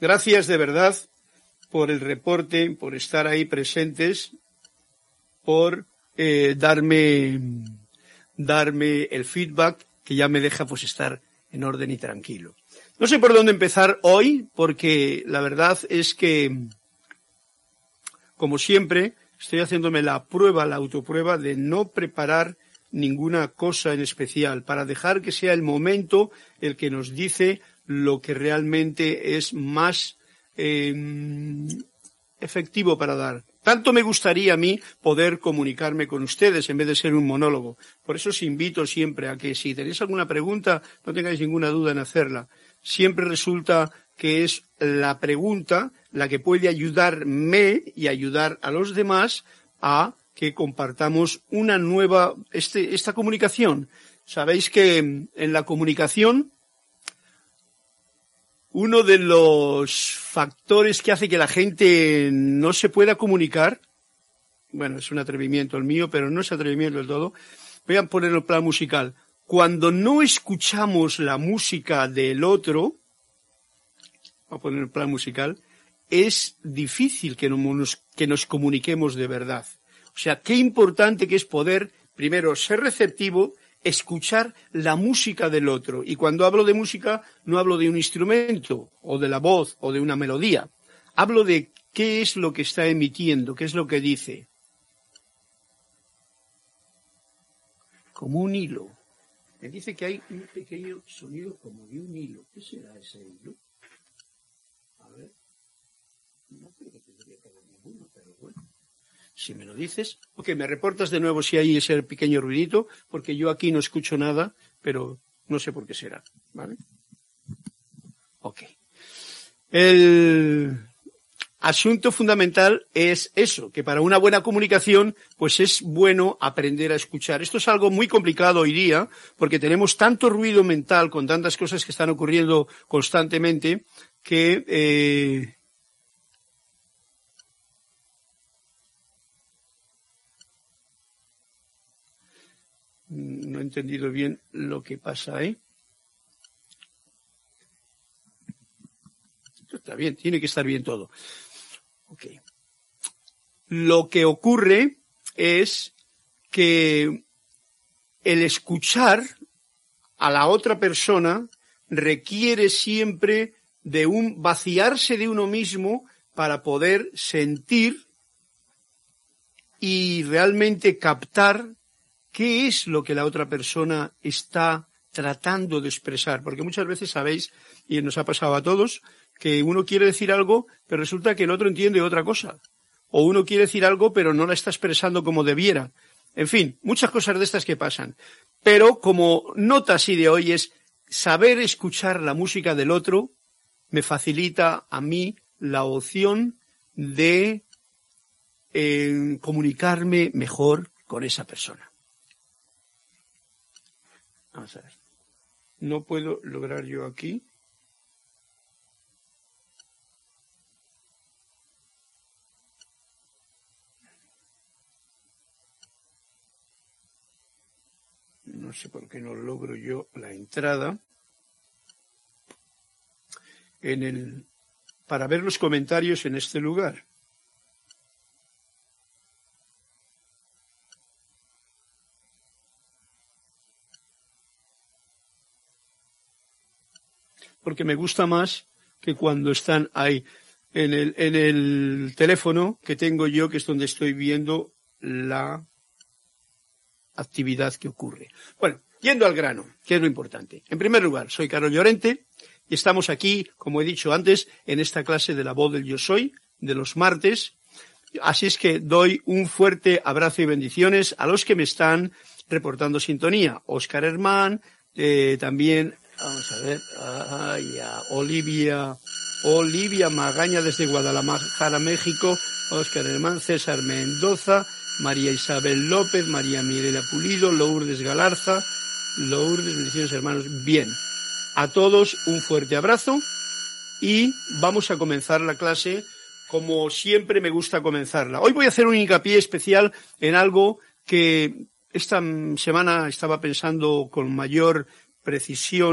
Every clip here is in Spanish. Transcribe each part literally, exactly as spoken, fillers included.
Gracias de verdad por el reporte, por estar ahí presentes, por eh, darme, darme el feedback que ya me deja pues estar en orden y tranquilo. No sé por dónde empezar hoy, porque la verdad es que, como siempre, estoy haciéndome la prueba, la autoprueba de no preparar ninguna cosa en especial, para dejar que sea el momento el que nos dice lo que realmente es más eh, efectivo para dar. Tanto me gustaría a mí poder comunicarme con ustedes en vez de ser un monólogo. Por eso os invito siempre a que si tenéis alguna pregunta, no tengáis ninguna duda en hacerla. Siempre resulta que es la pregunta la que puede ayudarme y ayudar a los demás a que compartamos una nueva, este, esta comunicación. Sabéis que en la comunicación, uno de los factores que hace que la gente no se pueda comunicar, bueno, es un atrevimiento el mío, pero no es atrevimiento del todo, voy a poner el plan musical. Cuando no escuchamos la música del otro, voy a poner el plan musical, es difícil que nos, que nos comuniquemos de verdad. O sea, qué importante que es poder, primero, ser receptivo, escuchar la música del otro. Y cuando hablo de música, no hablo de un instrumento, o de la voz, o de una melodía. Hablo de qué es lo que está emitiendo, qué es lo que dice. Como un hilo. Me dice que hay un pequeño sonido como de un hilo. ¿Qué será ese hilo? A ver. No creo que tendría que haber ninguno, pero bueno. Si me lo dices. Ok, me reportas de nuevo si hay ese pequeño ruidito, porque yo aquí no escucho nada, pero no sé por qué será. ¿Vale? Ok. El asunto fundamental es eso, que para una buena comunicación, pues es bueno aprender a escuchar. Esto es algo muy complicado hoy día, porque tenemos tanto ruido mental con tantas cosas que están ocurriendo constantemente, que eh, no he entendido bien lo que pasa ahí. Esto está bien, tiene que estar bien todo. Okay. Lo que ocurre es que el escuchar a la otra persona requiere siempre de un vaciarse de uno mismo para poder sentir y realmente captar qué es lo que la otra persona está tratando de expresar. Porque muchas veces sabéis, y nos ha pasado a todos, que uno quiere decir algo, pero resulta que el otro entiende otra cosa. O uno quiere decir algo, pero no la está expresando como debiera. En fin, muchas cosas de estas que pasan. Pero como nota así de hoy es saber escuchar la música del otro me facilita a mí la opción de eh, comunicarme mejor con esa persona. Vamos a ver. No puedo lograr yo aquí. No sé por qué no logro yo la entrada en el para ver los comentarios en este lugar. Porque me gusta más que cuando están ahí en el en el teléfono que tengo yo, que es donde estoy viendo la actividad que ocurre. Bueno, yendo al grano, que es lo importante. En primer lugar, soy Carlos Llorente y estamos aquí, como he dicho antes, en esta clase de la voz del yo soy, de los martes. Así es que doy un fuerte abrazo y bendiciones a los que me están reportando sintonía. Óscar Hermán, eh, también, vamos a ver, ay, a Olivia, Olivia Magaña desde Guadalajara, México, Óscar Hermán, César Mendoza, María Isabel López, María Mirela Pulido, Lourdes Galarza, Lourdes, bendiciones hermanos. Bien, a todos un fuerte abrazo y vamos a comenzar la clase como siempre me gusta comenzarla. Hoy voy a hacer un hincapié especial en algo que esta semana estaba pensando con mayor precisión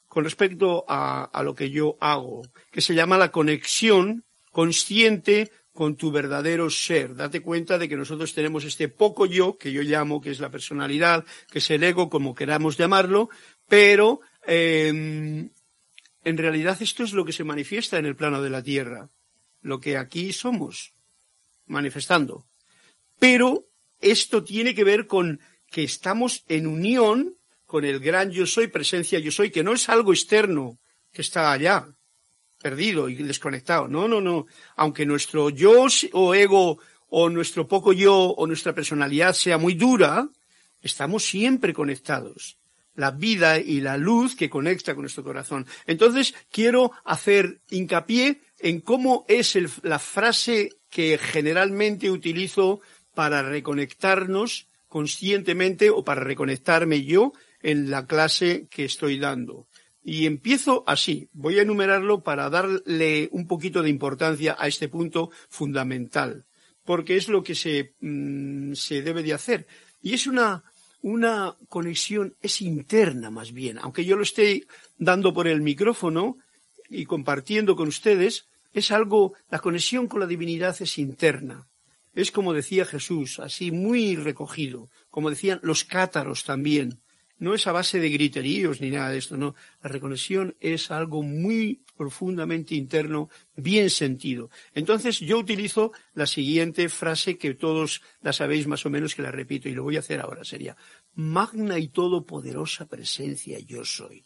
con respecto a, a lo que yo hago, que se llama la conexión consciente con tu verdadero ser. Date cuenta de que nosotros tenemos este poco yo, que yo llamo, que es la personalidad, que es el ego, como queramos llamarlo, pero eh, en realidad esto es lo que se manifiesta en el plano de la tierra, lo que aquí somos, manifestando. Pero esto tiene que ver con que estamos en unión con el gran yo soy, presencia yo soy, que no es algo externo que está allá, perdido y desconectado. No, no, no. Aunque nuestro yo o ego o nuestro poco yo o nuestra personalidad sea muy dura, estamos siempre conectados. La vida y la luz que conecta con nuestro corazón. Entonces, quiero hacer hincapié en cómo es el, la frase que generalmente utilizo para reconectarnos conscientemente o para reconectarme yo en la clase que estoy dando. Y empiezo así. Voy a enumerarlo para darle un poquito de importancia a este punto fundamental, porque es lo que se, mmm, se debe de hacer. Y es una, una conexión, es interna más bien. Aunque yo lo esté dando por el micrófono y compartiendo con ustedes, es algo, la conexión con la divinidad es interna. Es como decía Jesús, así muy recogido, como decían los cátaros también. No es a base de griteríos ni nada de esto, no. La reconexión es algo muy profundamente interno, bien sentido. Entonces yo utilizo la siguiente frase que todos la sabéis más o menos, que la repito y lo voy a hacer ahora, sería: magna y todopoderosa presencia yo soy.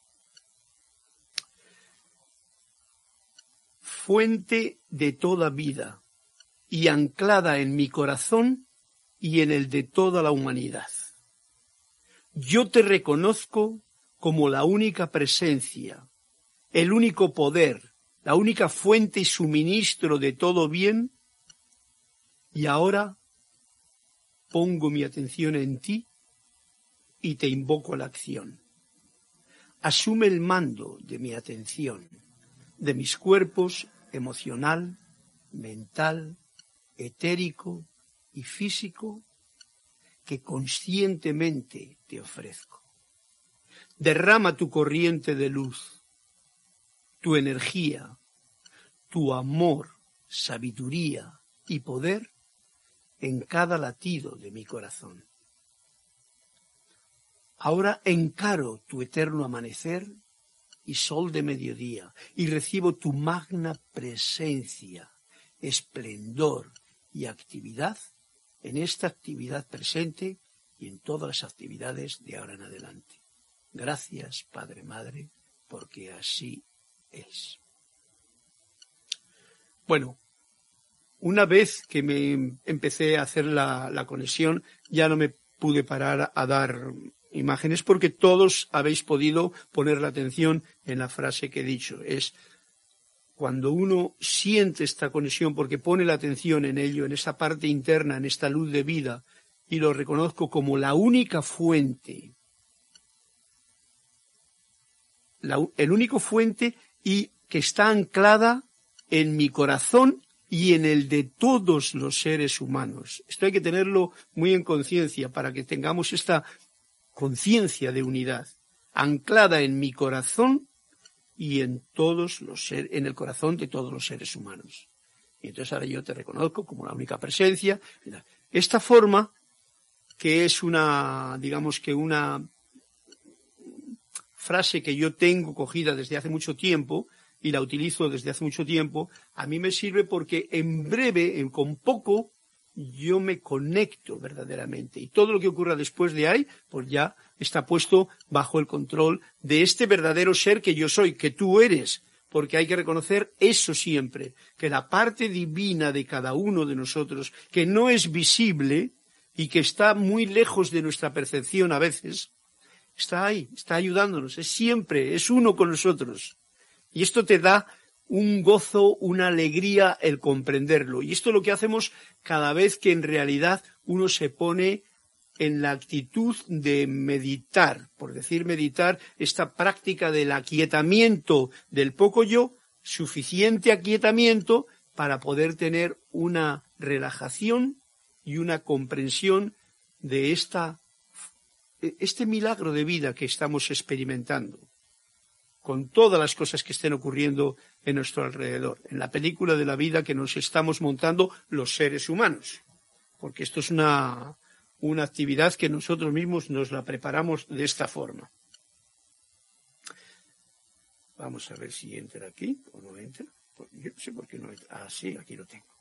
Fuente de toda vida y anclada en mi corazón y en el de toda la humanidad. Yo te reconozco como la única presencia, el único poder, la única fuente y suministro de todo bien, y ahora pongo mi atención en ti y te invoco a la acción. Asume el mando de mi atención, de mis cuerpos emocional, mental, etérico y físico, que conscientemente te ofrezco. Derrama tu corriente de luz, tu energía, tu amor, sabiduría y poder en cada latido de mi corazón. Ahora encaro tu eterno amanecer y sol de mediodía y recibo tu magna presencia, esplendor y actividad en esta actividad presente y en todas las actividades de ahora en adelante. Gracias, Padre, Madre, porque así es. Bueno, una vez que me empecé a hacer la, la conexión, ya no me pude parar a dar imágenes porque todos habéis podido poner la atención en la frase que he dicho. Es cuando uno siente esta conexión porque pone la atención en ello, en esa parte interna, en esta luz de vida, y lo reconozco como la única fuente, la, el único fuente y que está anclada en mi corazón y en el de todos los seres humanos. Esto hay que tenerlo muy en conciencia para que tengamos esta conciencia de unidad, anclada en mi corazón y en todos los ser, en el corazón de todos los seres humanos. Y entonces ahora yo te reconozco como la única presencia. Esta forma, que es una, digamos que una frase que yo tengo cogida desde hace mucho tiempo y la utilizo desde hace mucho tiempo, a mí me sirve porque en breve, en, con poco, yo me conecto verdaderamente. Y todo lo que ocurra después de ahí, pues ya está puesto bajo el control de este verdadero ser que yo soy, que tú eres. Porque hay que reconocer eso siempre, que la parte divina de cada uno de nosotros, que no es visible y que está muy lejos de nuestra percepción a veces, está ahí, está ayudándonos, es siempre, es uno con nosotros. Y esto te da un gozo, una alegría el comprenderlo. Y esto es lo que hacemos cada vez que en realidad uno se pone en la actitud de meditar, por decir meditar, esta práctica del aquietamiento del poco yo, suficiente aquietamiento para poder tener una relajación y una comprensión de esta, este milagro de vida que estamos experimentando. con todas las cosas que estén ocurriendo en nuestro alrededor, en la película de la vida que nos estamos montando los seres humanos. Porque esto es una, una actividad que nosotros mismos nos la preparamos de esta forma. Vamos a ver si entra aquí o no entra. Yo no sé por qué no entra. Ah, sí, aquí lo tengo.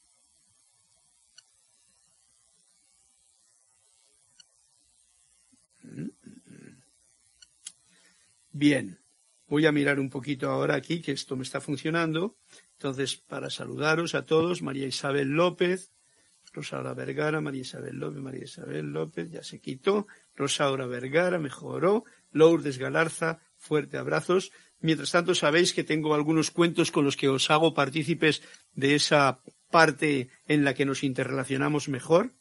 Bien, voy a mirar un poquito ahora aquí que esto me está funcionando. Entonces, para saludaros a todos, María Isabel López, Rosaura Vergara, María Isabel López, María Isabel López, ya se quitó, Rosaura Vergara, mejoró, Lourdes Galarza, fuerte abrazos. Mientras tanto, sabéis que tengo algunos cuentos con los que os hago partícipes de esa parte en la que nos interrelacionamos mejor.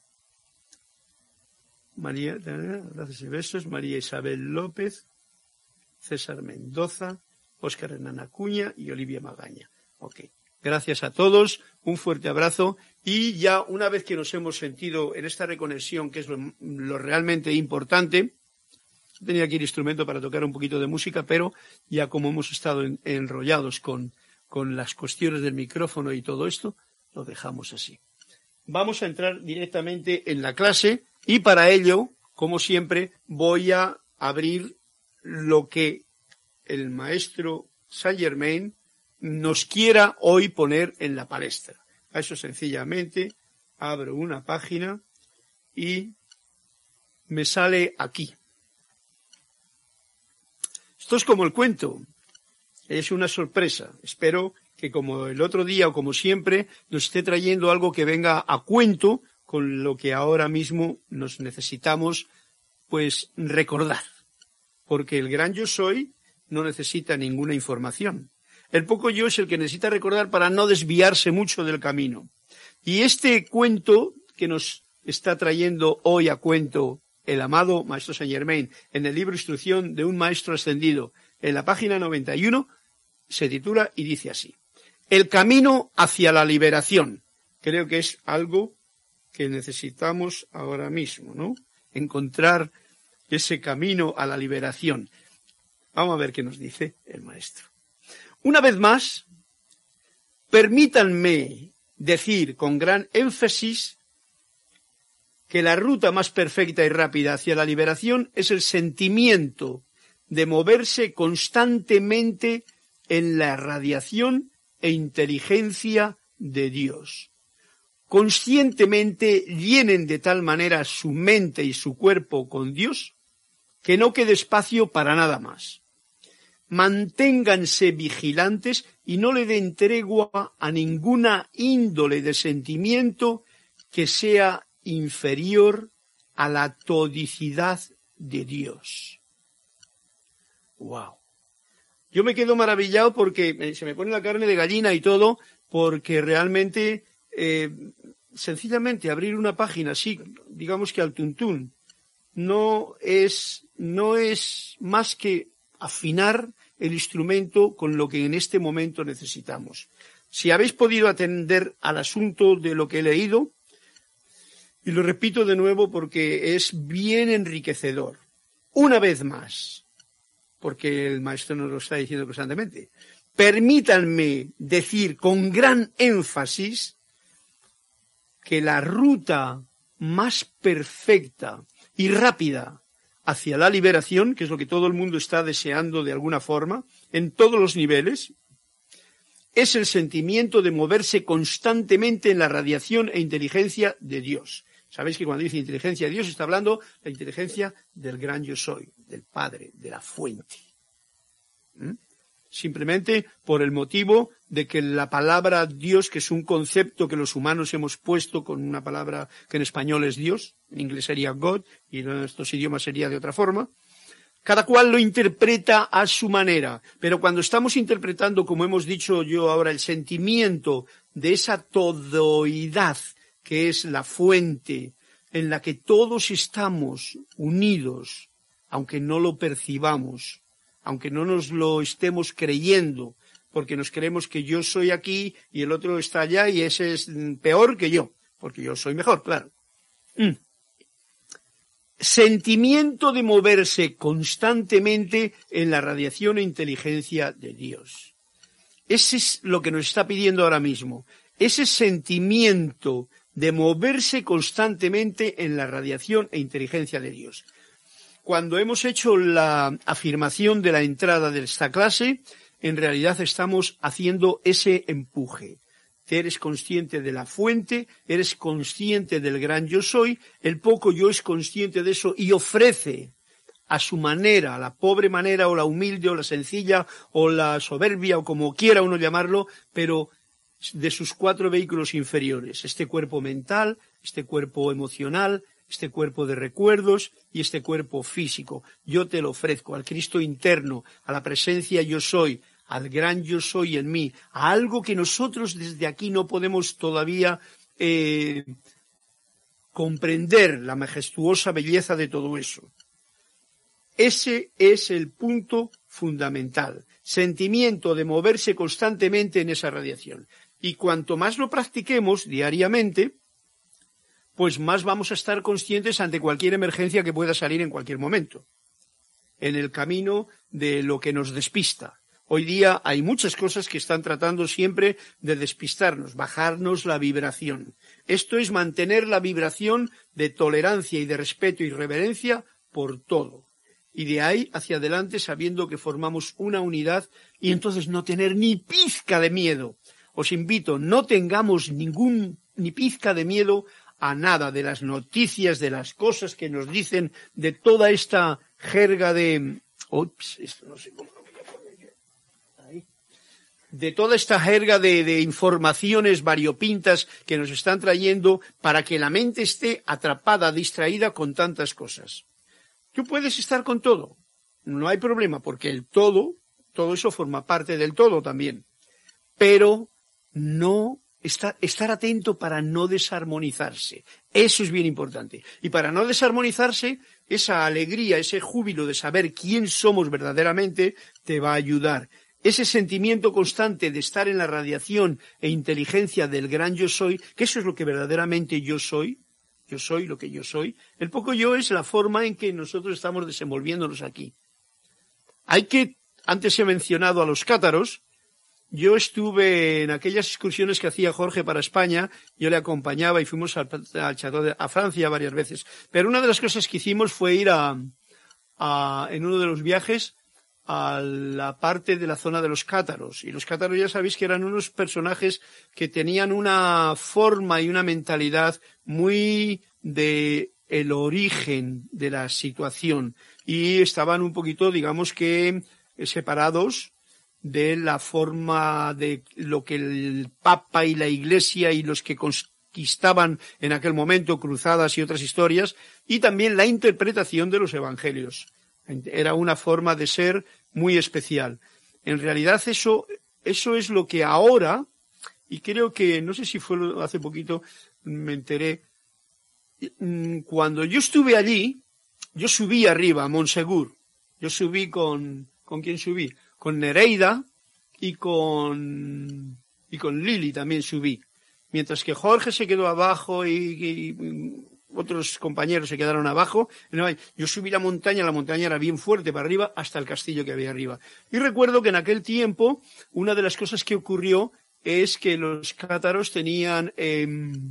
María, gracias y besos, María Isabel López, César Mendoza, Óscar Hernán Acuña y Olivia Magaña. Ok. Gracias a todos, un fuerte abrazo y ya una vez que nos hemos sentido en esta reconexión, que es lo, lo realmente importante, tenía aquí el instrumento para tocar un poquito de música, pero ya como hemos estado en, enrollados con, con las cuestiones del micrófono y todo esto, lo dejamos así. Vamos a entrar directamente en la clase y para ello, como siempre, voy a abrir lo que el maestro Saint Germain nos quiera hoy poner en la palestra. A eso sencillamente abro una página y me sale aquí. Esto es como el cuento, es una sorpresa. Espero que como el otro día o como siempre nos esté trayendo algo que venga a cuento con lo que ahora mismo nos necesitamos pues recordar. Porque el gran yo soy no necesita ninguna información. El poco yo es el que necesita recordar para no desviarse mucho del camino. Y este cuento que nos está trayendo hoy a cuento el amado Maestro Saint Germain en el libro Instrucción de un Maestro Ascendido, en la página noventa y uno, se titula y dice así: El camino hacia la liberación. Creo que es algo que necesitamos ahora mismo, ¿no? Encontrar ese camino a la liberación. Vamos a ver qué nos dice el Maestro. Una vez más, permítanme decir con gran énfasis que la ruta más perfecta y rápida hacia la liberación es el sentimiento de moverse constantemente en la radiación e inteligencia de Dios. Conscientemente llenen de tal manera su mente y su cuerpo con Dios que no quede espacio para nada más. Manténganse vigilantes y no le den tregua a ninguna índole de sentimiento que sea inferior a la todicidad de Dios. ¡Wow! Yo me quedo maravillado porque se me pone la carne de gallina y todo, porque realmente, eh, sencillamente abrir una página así, digamos que al tuntún, no es, no es más que afinar el instrumento con lo que en este momento necesitamos. Si habéis podido atender al asunto de lo que he leído, y lo repito de nuevo porque es bien enriquecedor, una vez más, porque el maestro nos lo está diciendo constantemente, permítanme decir con gran énfasis que la ruta más perfecta y rápida hacia la liberación, que es lo que todo el mundo está deseando de alguna forma, en todos los niveles, es el sentimiento de moverse constantemente en la radiación e inteligencia de Dios. Sabéis que cuando dice inteligencia de Dios está hablando de la inteligencia del gran yo soy, del Padre, de la fuente. ¿Mm? Simplemente por el motivo de que la palabra Dios, que es un concepto que los humanos hemos puesto con una palabra que en español es Dios, en inglés sería God, y en estos idiomas sería de otra forma, cada cual lo interpreta a su manera. Pero cuando estamos interpretando, como hemos dicho yo ahora, el sentimiento de esa todoidad que es la fuente en la que todos estamos unidos, aunque no lo percibamos, aunque no nos lo estemos creyendo, porque nos creemos que yo soy aquí y el otro está allá y ese es peor que yo, porque yo soy mejor, claro. Mm. sentimiento de moverse constantemente en la radiación e inteligencia de Dios. Ese es lo que nos está pidiendo ahora mismo. Ese sentimiento de moverse constantemente en la radiación e inteligencia de Dios. Cuando hemos hecho la afirmación de la entrada de esta clase, en realidad estamos haciendo ese empuje. Eres consciente de la fuente, eres consciente del gran yo soy, el poco yo es consciente de eso y ofrece a su manera, a la pobre manera o la humilde o la sencilla o la soberbia o como quiera uno llamarlo, pero de sus cuatro vehículos inferiores, este cuerpo mental, este cuerpo emocional, este cuerpo de recuerdos y este cuerpo físico. Yo te lo ofrezco al Cristo interno, a la presencia yo soy, al gran yo soy en mí, a algo que nosotros desde aquí no podemos todavía eh, comprender la majestuosa belleza de todo eso. Ese es el punto fundamental, sentimiento de moverse constantemente en esa radiación. Y cuanto más lo practiquemos diariamente, pues más vamos a estar conscientes ante cualquier emergencia que pueda salir en cualquier momento, en el camino de lo que nos despista. Hoy día hay muchas cosas que están tratando siempre de despistarnos, bajarnos la vibración. Esto es mantener la vibración de tolerancia y de respeto y reverencia por todo. Y de ahí hacia adelante sabiendo que formamos una unidad y entonces no tener ni pizca de miedo. Os invito, no tengamos ningún, ni pizca de miedo a nada de las noticias, de las cosas que nos dicen, de toda esta jerga de... Ups, esto no sé cómo lo voy a poner yo. Ahí. De toda esta jerga de, de informaciones variopintas que nos están trayendo para que la mente esté atrapada, distraída con tantas cosas. Tú puedes estar con todo, no hay problema, porque el todo, todo eso forma parte del todo también. Pero no estar, estar atento para no desarmonizarse. Eso es bien importante. Y para no desarmonizarse, esa alegría, ese júbilo de saber quién somos verdaderamente, te va a ayudar. Ese sentimiento constante de estar en la radiación e inteligencia del gran yo soy, que eso es lo que verdaderamente yo soy. Yo soy lo que yo soy. El poco yo es la forma en que nosotros estamos desenvolviéndonos aquí. Hay que, antes he mencionado a los cátaros. Yo estuve en aquellas excursiones que hacía Jorge para España, yo le acompañaba y fuimos al, al Chateau de, a Francia varias veces. Pero una de las cosas que hicimos fue ir a, a, en uno de los viajes a la parte de la zona de los cátaros. Y los cátaros ya sabéis que eran unos personajes que tenían una forma y una mentalidad muy de el origen de la situación. Y estaban un poquito, digamos que, separados de la forma de lo que el Papa y la Iglesia y los que conquistaban en aquel momento cruzadas y otras historias, y también la interpretación de los evangelios. Era una forma de ser muy especial. En realidad eso, eso es lo que ahora, y creo que, no sé si fue hace poquito, me enteré, cuando yo estuve allí, yo subí arriba a Montsegur, yo subí con, ¿con quién subí? Con Nereida y con, y con Lili también subí. Mientras que Jorge se quedó abajo y, y otros compañeros se quedaron abajo. Yo subí la montaña, la montaña era bien fuerte para arriba, hasta el castillo que había arriba. Y recuerdo que en aquel tiempo, una de las cosas que ocurrió es que los cátaros tenían eh,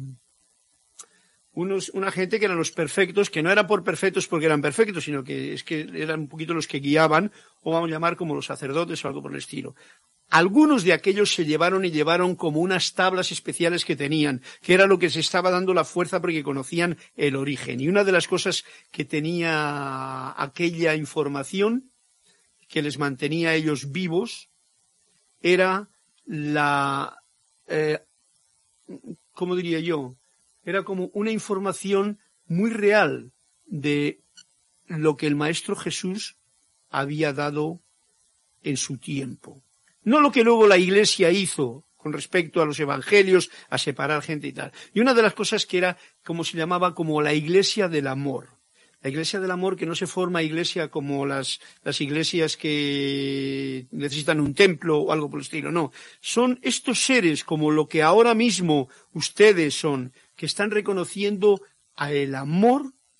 unos, una gente que eran los perfectos, que no eran por perfectos porque eran perfectos, sino que es que eran un poquito los que guiaban, o vamos a llamar como los sacerdotes o algo por el estilo. Algunos de aquellos se llevaron y llevaron como unas tablas especiales que tenían, que era lo que se estaba dando la fuerza porque conocían el origen. Y una de las cosas que tenía aquella información, que les mantenía a ellos vivos, era la, eh, ¿cómo diría yo? Era como una información muy real de lo que el Maestro Jesús había dado en su tiempo. No lo que luego la Iglesia hizo con respecto a los evangelios, a separar gente y tal. Y una de las cosas que era, como se llamaba, como la Iglesia del amor. La Iglesia del amor que no se forma iglesia como las, las iglesias que necesitan un templo o algo por el estilo, no. Son estos seres como lo que ahora mismo ustedes son, que están reconociendo a el amor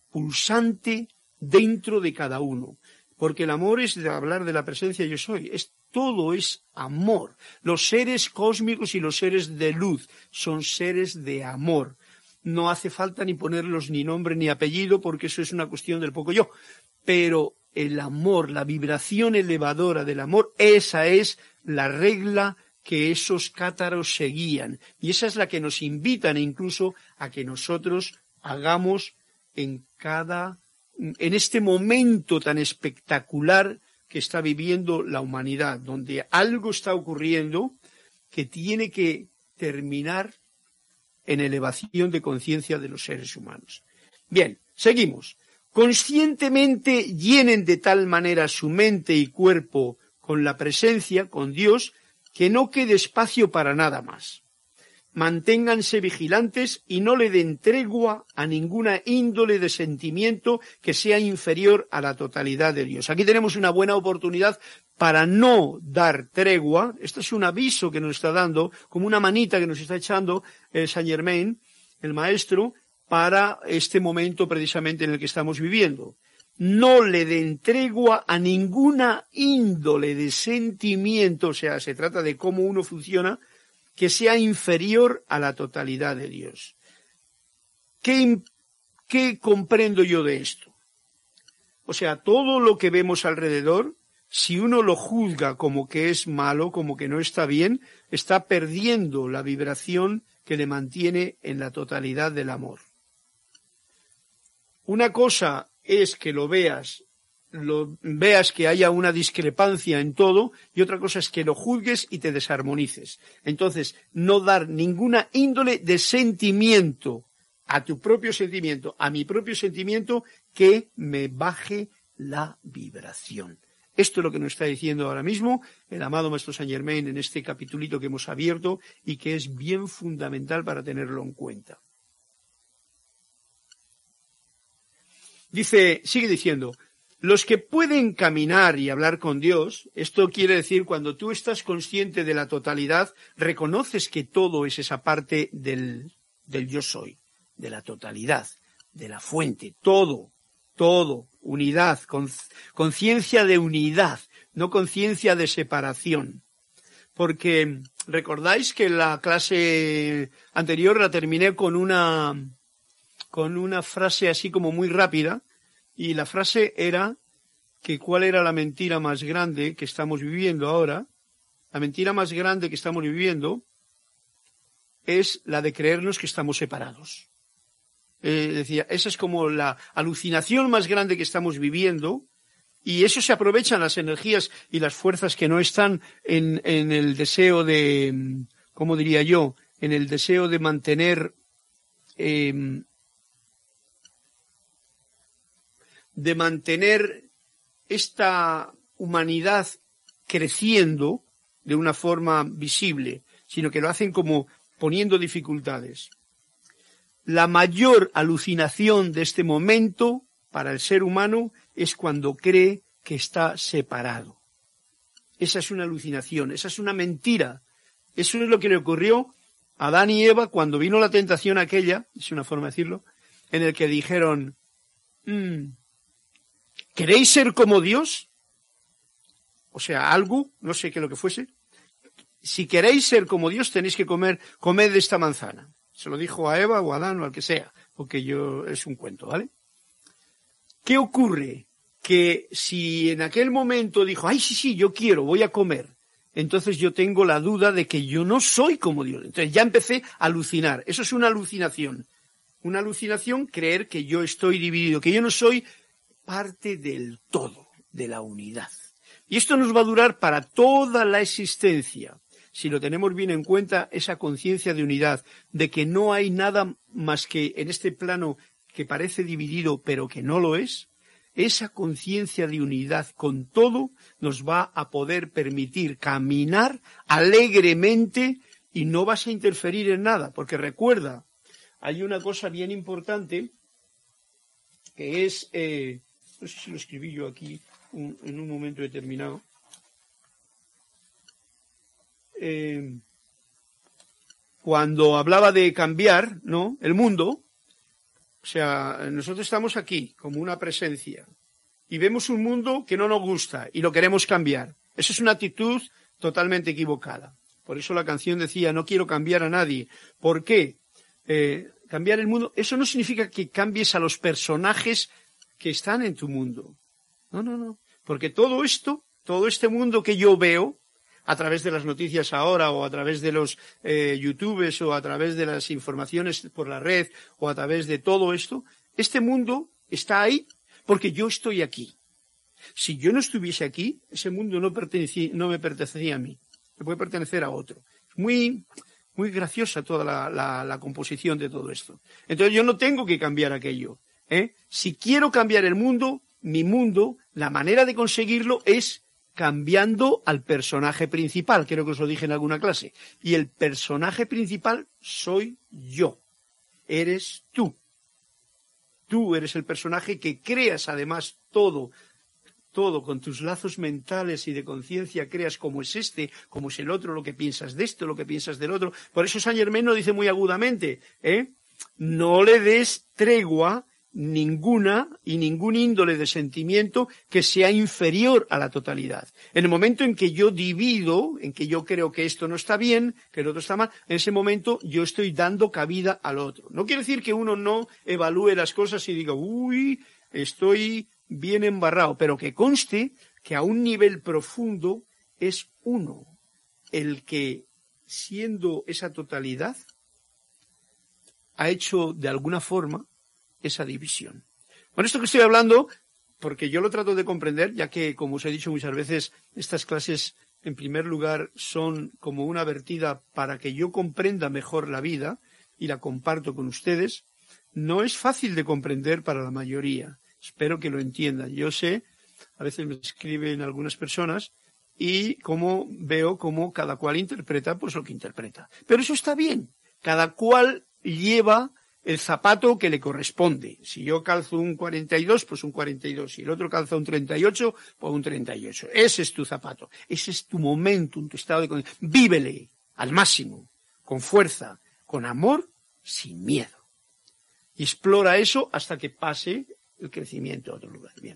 pulsante dentro de cada uno. Porque el amor es de hablar de la presencia yo soy. Es, todo es amor. Los seres cósmicos y los seres de luz son seres de amor. No hace falta ni ponerlos ni nombre ni apellido porque eso es una cuestión del poco yo. Pero el amor, la vibración elevadora del amor, esa es la regla que esos cátaros seguían. Y esa es la que nos invitan incluso a que nosotros hagamos en cada, en este momento tan espectacular que está viviendo la humanidad, donde algo está ocurriendo que tiene que terminar en elevación de conciencia de los seres humanos. Bien, seguimos. Conscientemente llenen de tal manera su mente y cuerpo con la presencia, con Dios, que no quede espacio para nada más. Manténganse vigilantes y no le den tregua a ninguna índole de sentimiento que sea inferior a la totalidad de Dios. Aquí tenemos una buena oportunidad para no dar tregua. Esto es un aviso que nos está dando, como una manita que nos está echando el Saint Germain, el maestro, para este momento precisamente en el que estamos viviendo. No le den tregua a ninguna índole de sentimiento, o sea, se trata de cómo uno funciona, que sea inferior a la totalidad de Dios. ¿Qué, qué comprendo yo de esto? O sea, todo lo que vemos alrededor, si uno lo juzga como que es malo, como que no está bien, está perdiendo la vibración que le mantiene en la totalidad del amor. Una cosa es que lo veas, lo veas que haya una discrepancia en todo, y otra cosa es que lo juzgues y te desarmonices. Entonces, no dar ninguna índole de sentimiento a tu propio sentimiento, a mi propio sentimiento, que me baje la vibración. Esto es lo que nos está diciendo ahora mismo el amado Maestro Saint Germain en este capitulito que hemos abierto y que es bien fundamental para tenerlo en cuenta. Dice, sigue diciendo, los que pueden caminar y hablar con Dios, esto quiere decir cuando tú estás consciente de la totalidad, reconoces que todo es esa parte del, del yo soy, de la totalidad, de la fuente, todo, todo, unidad, conciencia de unidad, no conciencia de separación. Porque recordáis que la clase anterior la terminé con una, con una frase así como muy rápida, y la frase era que cuál era la mentira más grande que estamos viviendo ahora. La mentira más grande que estamos viviendo es la de creernos que estamos separados. Eh, decía, esa es como la alucinación más grande que estamos viviendo, y eso se aprovechan las energías y las fuerzas que no están en, en el deseo de, ¿cómo diría yo?, en el deseo de mantener, eh, de mantener esta humanidad creciendo de una forma visible, sino que lo hacen como poniendo dificultades. La mayor alucinación de este momento para el ser humano es cuando cree que está separado. Esa es una alucinación, esa es una mentira. Eso es lo que le ocurrió a Adán y Eva cuando vino la tentación aquella, es una forma de decirlo, en el que dijeron, mmm, ¿queréis ser como Dios? O sea, algo, no sé qué lo que fuese. Si queréis ser como Dios, tenéis que comer, comed de esta manzana. Se lo dijo a Eva o a Adán o al que sea, porque yo, es un cuento, ¿vale? ¿Qué ocurre? Que si en aquel momento dijo, ay, sí, sí, yo quiero, voy a comer, entonces yo tengo la duda de que yo no soy como Dios. Entonces ya empecé a alucinar. Eso es una alucinación. Una alucinación, creer que yo estoy dividido, que yo no soy parte del todo, de la unidad. Y esto nos va a durar para toda la existencia, si lo tenemos bien en cuenta, esa conciencia de unidad, de que no hay nada más que en este plano que parece dividido, pero que no lo es. Esa conciencia de unidad con todo nos va a poder permitir caminar alegremente y no vas a interferir en nada, porque recuerda, hay una cosa bien importante que es, eh, no sé si lo escribí yo aquí un, en un momento determinado, eh, cuando hablaba de cambiar, ¿no?, el mundo, O sea, nosotros estamos aquí como una presencia y vemos un mundo que no nos gusta y lo queremos cambiar. Esa es una actitud totalmente equivocada. Por eso la canción decía, no quiero cambiar a nadie. ¿Por qué? Eh, cambiar el mundo, eso no significa que cambies a los personajes que están en tu mundo. No, no, no. Porque todo esto, todo este mundo que yo veo, a través de las noticias ahora, o a través de los eh, YouTubes, o a través de las informaciones por la red, o a través de todo esto, este mundo está ahí porque yo estoy aquí. Si yo no estuviese aquí, ese mundo no, pertenecía, no me pertenecía a mí, me puede pertenecer a otro. Muy, muy graciosa toda la, la, la composición de todo esto. Entonces yo no tengo que cambiar aquello. ¿eh? Si quiero cambiar el mundo, mi mundo, la manera de conseguirlo es cambiando al personaje principal, creo que os lo dije en alguna clase. Y el personaje principal soy yo, eres tú. Tú eres el personaje que creas además todo, todo con tus lazos mentales y de conciencia creas cómo es este, cómo es el otro, lo que piensas de esto, lo que piensas del otro. Por eso Saint Germain lo dice muy agudamente, ¿eh? No le des tregua ninguna y ningún índole de sentimiento que sea inferior a la totalidad. En el momento en que yo divido, en que yo creo que esto no está bien, que el otro está mal, en ese momento yo estoy dando cabida al otro. No quiere decir que uno no evalúe las cosas y diga, uy, estoy bien embarrado, pero que conste que a un nivel profundo es uno el que, siendo esa totalidad, ha hecho de alguna forma esa división. Bueno, esto que estoy hablando, porque yo lo trato de comprender, ya que, como os he dicho muchas veces, estas clases, en primer lugar, son como una vertida para que yo comprenda mejor la vida y la comparto con ustedes, no es fácil de comprender para la mayoría. Espero que lo entiendan. Yo sé, a veces me escriben algunas personas y como veo cómo cada cual interpreta pues lo que interpreta. Pero eso está bien. Cada cual lleva el zapato que le corresponde. Si yo calzo un cuarenta y dos, pues un cuarenta y dos. Si el otro calza un treinta y ocho, pues un treinta y ocho. Ese es tu zapato. Ese es tu momento, tu estado de conciencia. Vívele al máximo, con fuerza, con amor, sin miedo. Y explora eso hasta que pase el crecimiento a otro lugar. Bien.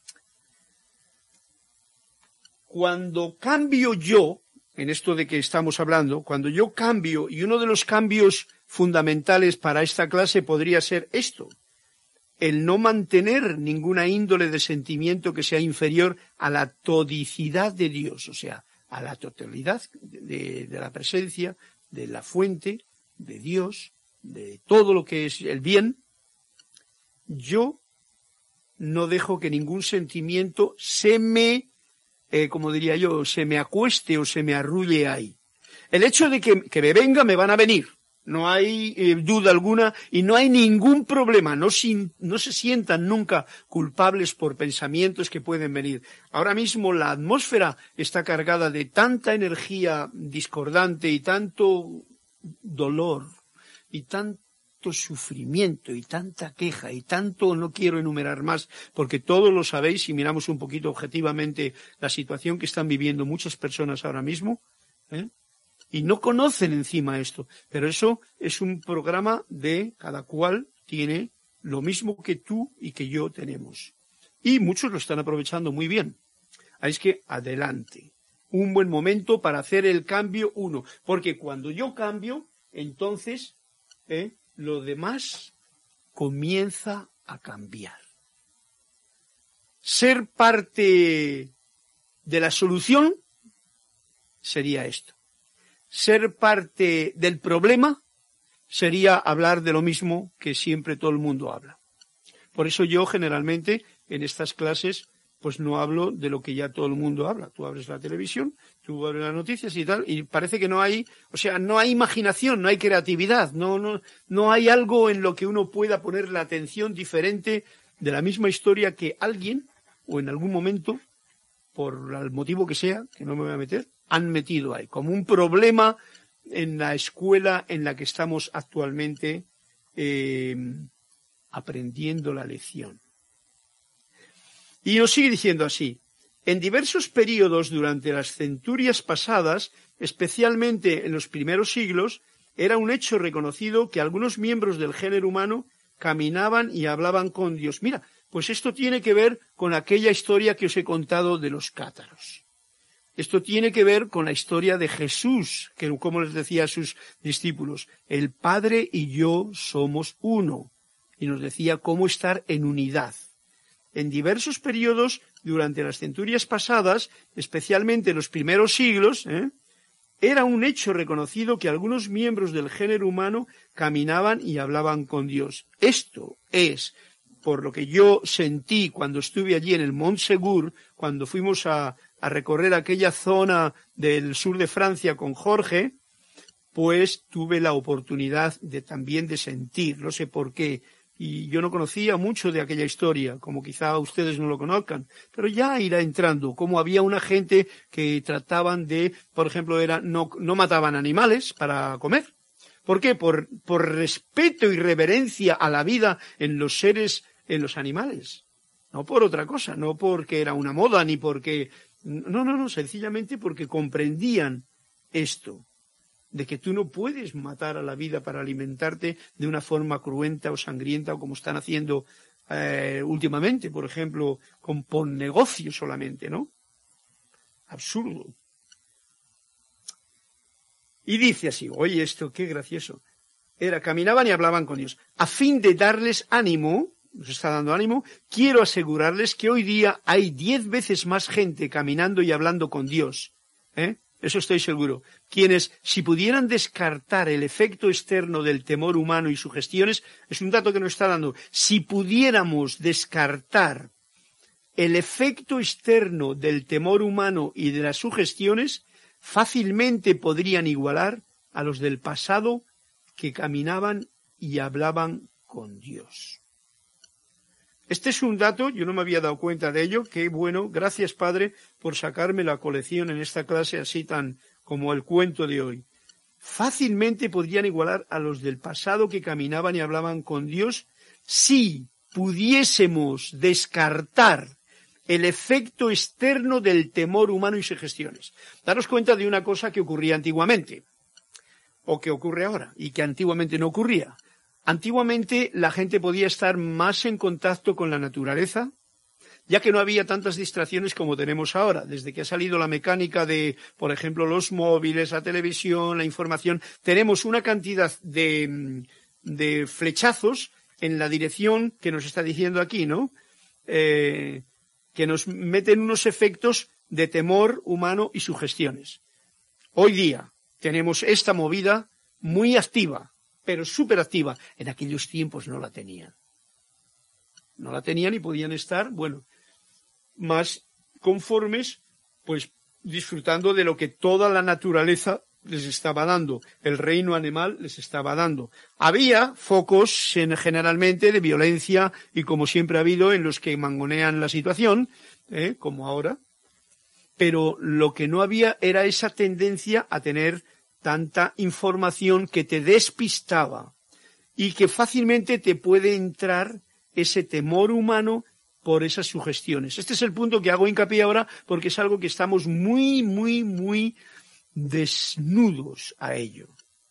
Cuando cambio yo, en esto de que estamos hablando, cuando yo cambio, y uno de los cambios fundamentales para esta clase podría ser esto, el no mantener ninguna índole de sentimiento que sea inferior a la todicidad de Dios, o sea, a la totalidad de, de la presencia, de la fuente, de Dios, de todo lo que es el bien. Yo no dejo que ningún sentimiento se me, eh, como diría yo, se me acueste o se me arrulle ahí. El hecho de que, que me venga, me van a venir. No hay eh, duda alguna y no hay ningún problema. No, sin, no se sientan nunca culpables por pensamientos que pueden venir. Ahora mismo la atmósfera está cargada de tanta energía discordante y tanto dolor y tanto sufrimiento y tanta queja y tanto, no quiero enumerar más, porque todos lo sabéis si miramos un poquito objetivamente la situación que están viviendo muchas personas ahora mismo, ¿eh? Y no conocen encima esto, pero eso es un programa de cada cual tiene lo mismo que tú y que yo tenemos. Y muchos lo están aprovechando muy bien. Así es que adelante. Un buen momento para hacer el cambio uno. Porque cuando yo cambio, entonces ¿eh? lo demás comienza a cambiar. Ser parte de la solución sería esto. Ser parte del problema sería hablar de lo mismo que siempre todo el mundo habla. Por eso yo generalmente en estas clases pues no hablo de lo que ya todo el mundo habla. Tú abres la televisión, tú abres las noticias y tal, y parece que no hay, o sea, no hay imaginación, no hay creatividad, no, no, no hay algo en lo que uno pueda poner la atención diferente de la misma historia que alguien, o en algún momento, por el motivo que sea, que no me voy a meter, han metido ahí, como un problema en la escuela en la que estamos actualmente eh, aprendiendo la lección. Y nos sigue diciendo así, en diversos períodos durante las centurias pasadas, especialmente en los primeros siglos, era un hecho reconocido que algunos miembros del género humano caminaban y hablaban con Dios. Mira, pues esto tiene que ver con aquella historia que os he contado de los cátaros. Esto tiene que ver con la historia de Jesús, que como les decía a sus discípulos, el Padre y yo somos uno. Y nos decía cómo estar en unidad. En diversos periodos, durante las centurias pasadas, especialmente en los primeros siglos, ¿eh? era un hecho reconocido que algunos miembros del género humano caminaban y hablaban con Dios. Esto es, por lo que yo sentí cuando estuve allí en el Mont Segur, cuando fuimos a, a recorrer aquella zona del sur de Francia con Jorge, pues tuve la oportunidad de también de sentir, no sé por qué, y yo no conocía mucho de aquella historia, como quizá ustedes no lo conozcan, pero ya irá entrando, como había una gente que trataban de, por ejemplo, era no, no mataban animales para comer. ¿Por qué? Por, por respeto y reverencia a la vida en los seres, en los animales. No por otra cosa, no porque era una moda, ni porque... No, no, no, sencillamente porque comprendían esto, de que tú no puedes matar a la vida para alimentarte de una forma cruenta o sangrienta o como están haciendo eh, últimamente, por ejemplo, con por negocio solamente, ¿no? Absurdo. Y dice así, oye esto, qué gracioso. Era, caminaban y hablaban con Dios. A fin de darles ánimo, nos está dando ánimo, quiero asegurarles que hoy día hay diez veces más gente caminando y hablando con Dios, ¿eh? Eso estoy seguro. Quienes, si pudieran descartar el efecto externo del temor humano y sugestiones, es un dato que nos está dando, si pudiéramos descartar el efecto externo del temor humano y de las sugestiones, fácilmente podrían igualar a los del pasado que caminaban y hablaban con Dios. Este es un dato, yo no me había dado cuenta de ello, qué bueno, gracias Padre por sacarme la colección en esta clase así tan como el cuento de hoy. Fácilmente podrían igualar a los del pasado que caminaban y hablaban con Dios si pudiésemos descartar el efecto externo del temor humano y sugestiones. Daros cuenta de una cosa que ocurría antiguamente, o que ocurre ahora, y que antiguamente no ocurría. Antiguamente la gente podía estar más en contacto con la naturaleza, ya que no había tantas distracciones como tenemos ahora. Desde que ha salido la mecánica de, por ejemplo, los móviles, la televisión, la información, tenemos una cantidad de, de flechazos en la dirección que nos está diciendo aquí, ¿no? Eh, que nos meten unos efectos de temor humano y sugestiones. Hoy día tenemos esta movida muy activa, pero súper activa. En aquellos tiempos no la tenían. No la tenían y podían estar, bueno, más conformes, pues disfrutando de lo que toda la naturaleza les estaba dando, el reino animal les estaba dando. Había focos en, generalmente de violencia y como siempre ha habido en los que mangonean la situación, ¿eh? Como ahora, pero lo que no había era esa tendencia a tener tanta información que te despistaba y que fácilmente te puede entrar ese temor humano por esas sugestiones. Este es el punto que hago hincapié ahora porque es algo que estamos muy, muy, muy desnudos a ello.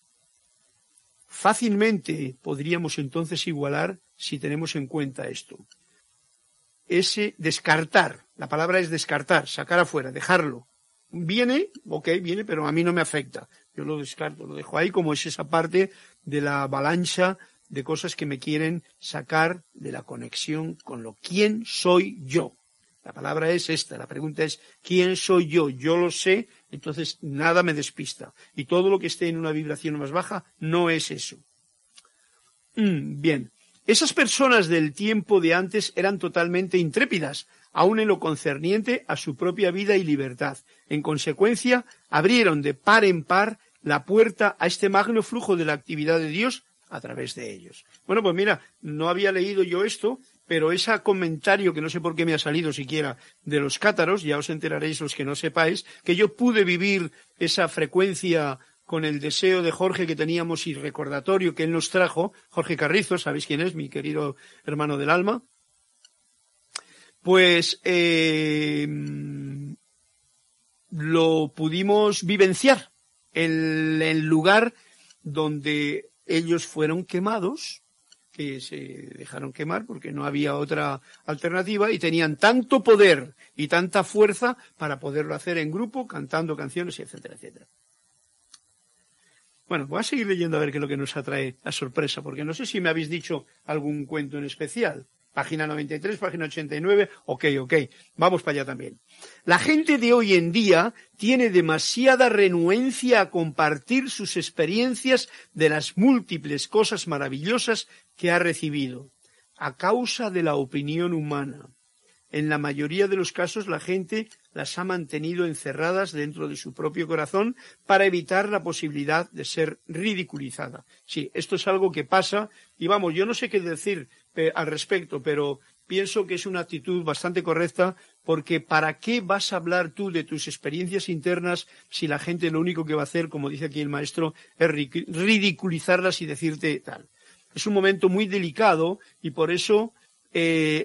Fácilmente podríamos entonces igualar si tenemos en cuenta esto. Ese descartar, la palabra es descartar, sacar afuera, dejarlo. Viene, ok, viene, pero a mí no me afecta. Yo lo descarto, lo dejo ahí como es esa parte de la avalancha de cosas que me quieren sacar de la conexión con lo quién soy yo. La palabra es esta, la pregunta es ¿quién soy yo? Yo lo sé, entonces nada me despista. Y todo lo que esté en una vibración más baja no es eso. Mm, bien, esas personas del tiempo de antes eran totalmente intrépidas, aun en lo concerniente a su propia vida y libertad. En consecuencia, abrieron de par en par la puerta a este magno flujo de la actividad de Dios a través de ellos. Bueno, pues mira, no había leído yo esto, pero ese comentario que no sé por qué me ha salido siquiera de los cátaros, ya os enteraréis los que no sepáis, que yo pude vivir esa frecuencia con el deseo de Jorge que teníamos y recordatorio que él nos trajo, Jorge Carrizo, ¿sabéis quién es? Mi querido hermano del alma. Pues eh, lo pudimos vivenciar en el lugar donde ellos fueron quemados, que se dejaron quemar porque no había otra alternativa y tenían tanto poder y tanta fuerza para poderlo hacer en grupo, cantando canciones, etcétera, etcétera. Bueno, voy a seguir leyendo a ver qué es lo que nos atrae a sorpresa, porque no sé si me habéis dicho algún cuento en especial. Página noventa y tres, página ochenta y nueve, ok, ok, vamos para allá también. La gente de hoy en día tiene demasiada renuencia a compartir sus experiencias de las múltiples cosas maravillosas que ha recibido, a causa de la opinión humana. En la mayoría de los casos la gente las ha mantenido encerradas dentro de su propio corazón para evitar la posibilidad de ser ridiculizada. Sí, esto es algo que pasa y vamos, yo no sé qué decir eh, al respecto, pero pienso que es una actitud bastante correcta porque ¿para qué vas a hablar tú de tus experiencias internas si la gente lo único que va a hacer, como dice aquí el maestro, es ridiculizarlas y decirte tal? Es un momento muy delicado y por eso eh,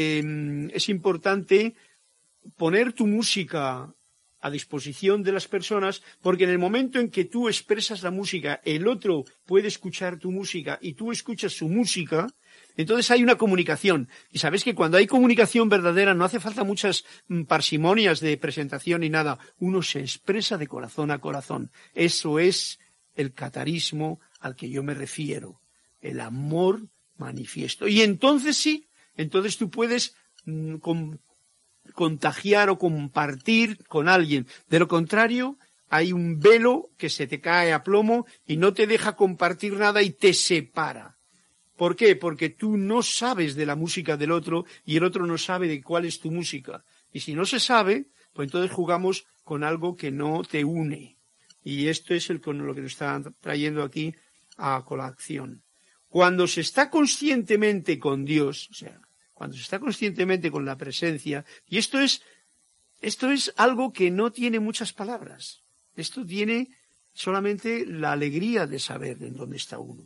eh, es importante poner tu música a disposición de las personas, porque en el momento en que tú expresas la música, el otro puede escuchar tu música y tú escuchas su música, entonces hay una comunicación. Y sabes que cuando hay comunicación verdadera no hace falta muchas parsimonias de presentación ni nada. Uno se expresa de corazón a corazón. Eso es el catarismo al que yo me refiero. El amor manifiesto. Y entonces sí, entonces tú puedes mmm, con, contagiar o compartir con alguien. De lo contrario, hay un velo que se te cae a plomo y no te deja compartir nada y te separa. ¿Por qué? Porque tú no sabes de la música del otro y el otro no sabe de cuál es tu música. Y si no se sabe, pues entonces jugamos con algo que no te une. Y esto es el, con lo que nos está trayendo aquí a colación. Cuando se está conscientemente con Dios, o sea, cuando se está conscientemente con la presencia, y esto es, esto es algo que no tiene muchas palabras. Esto tiene solamente la alegría de saber en dónde está uno.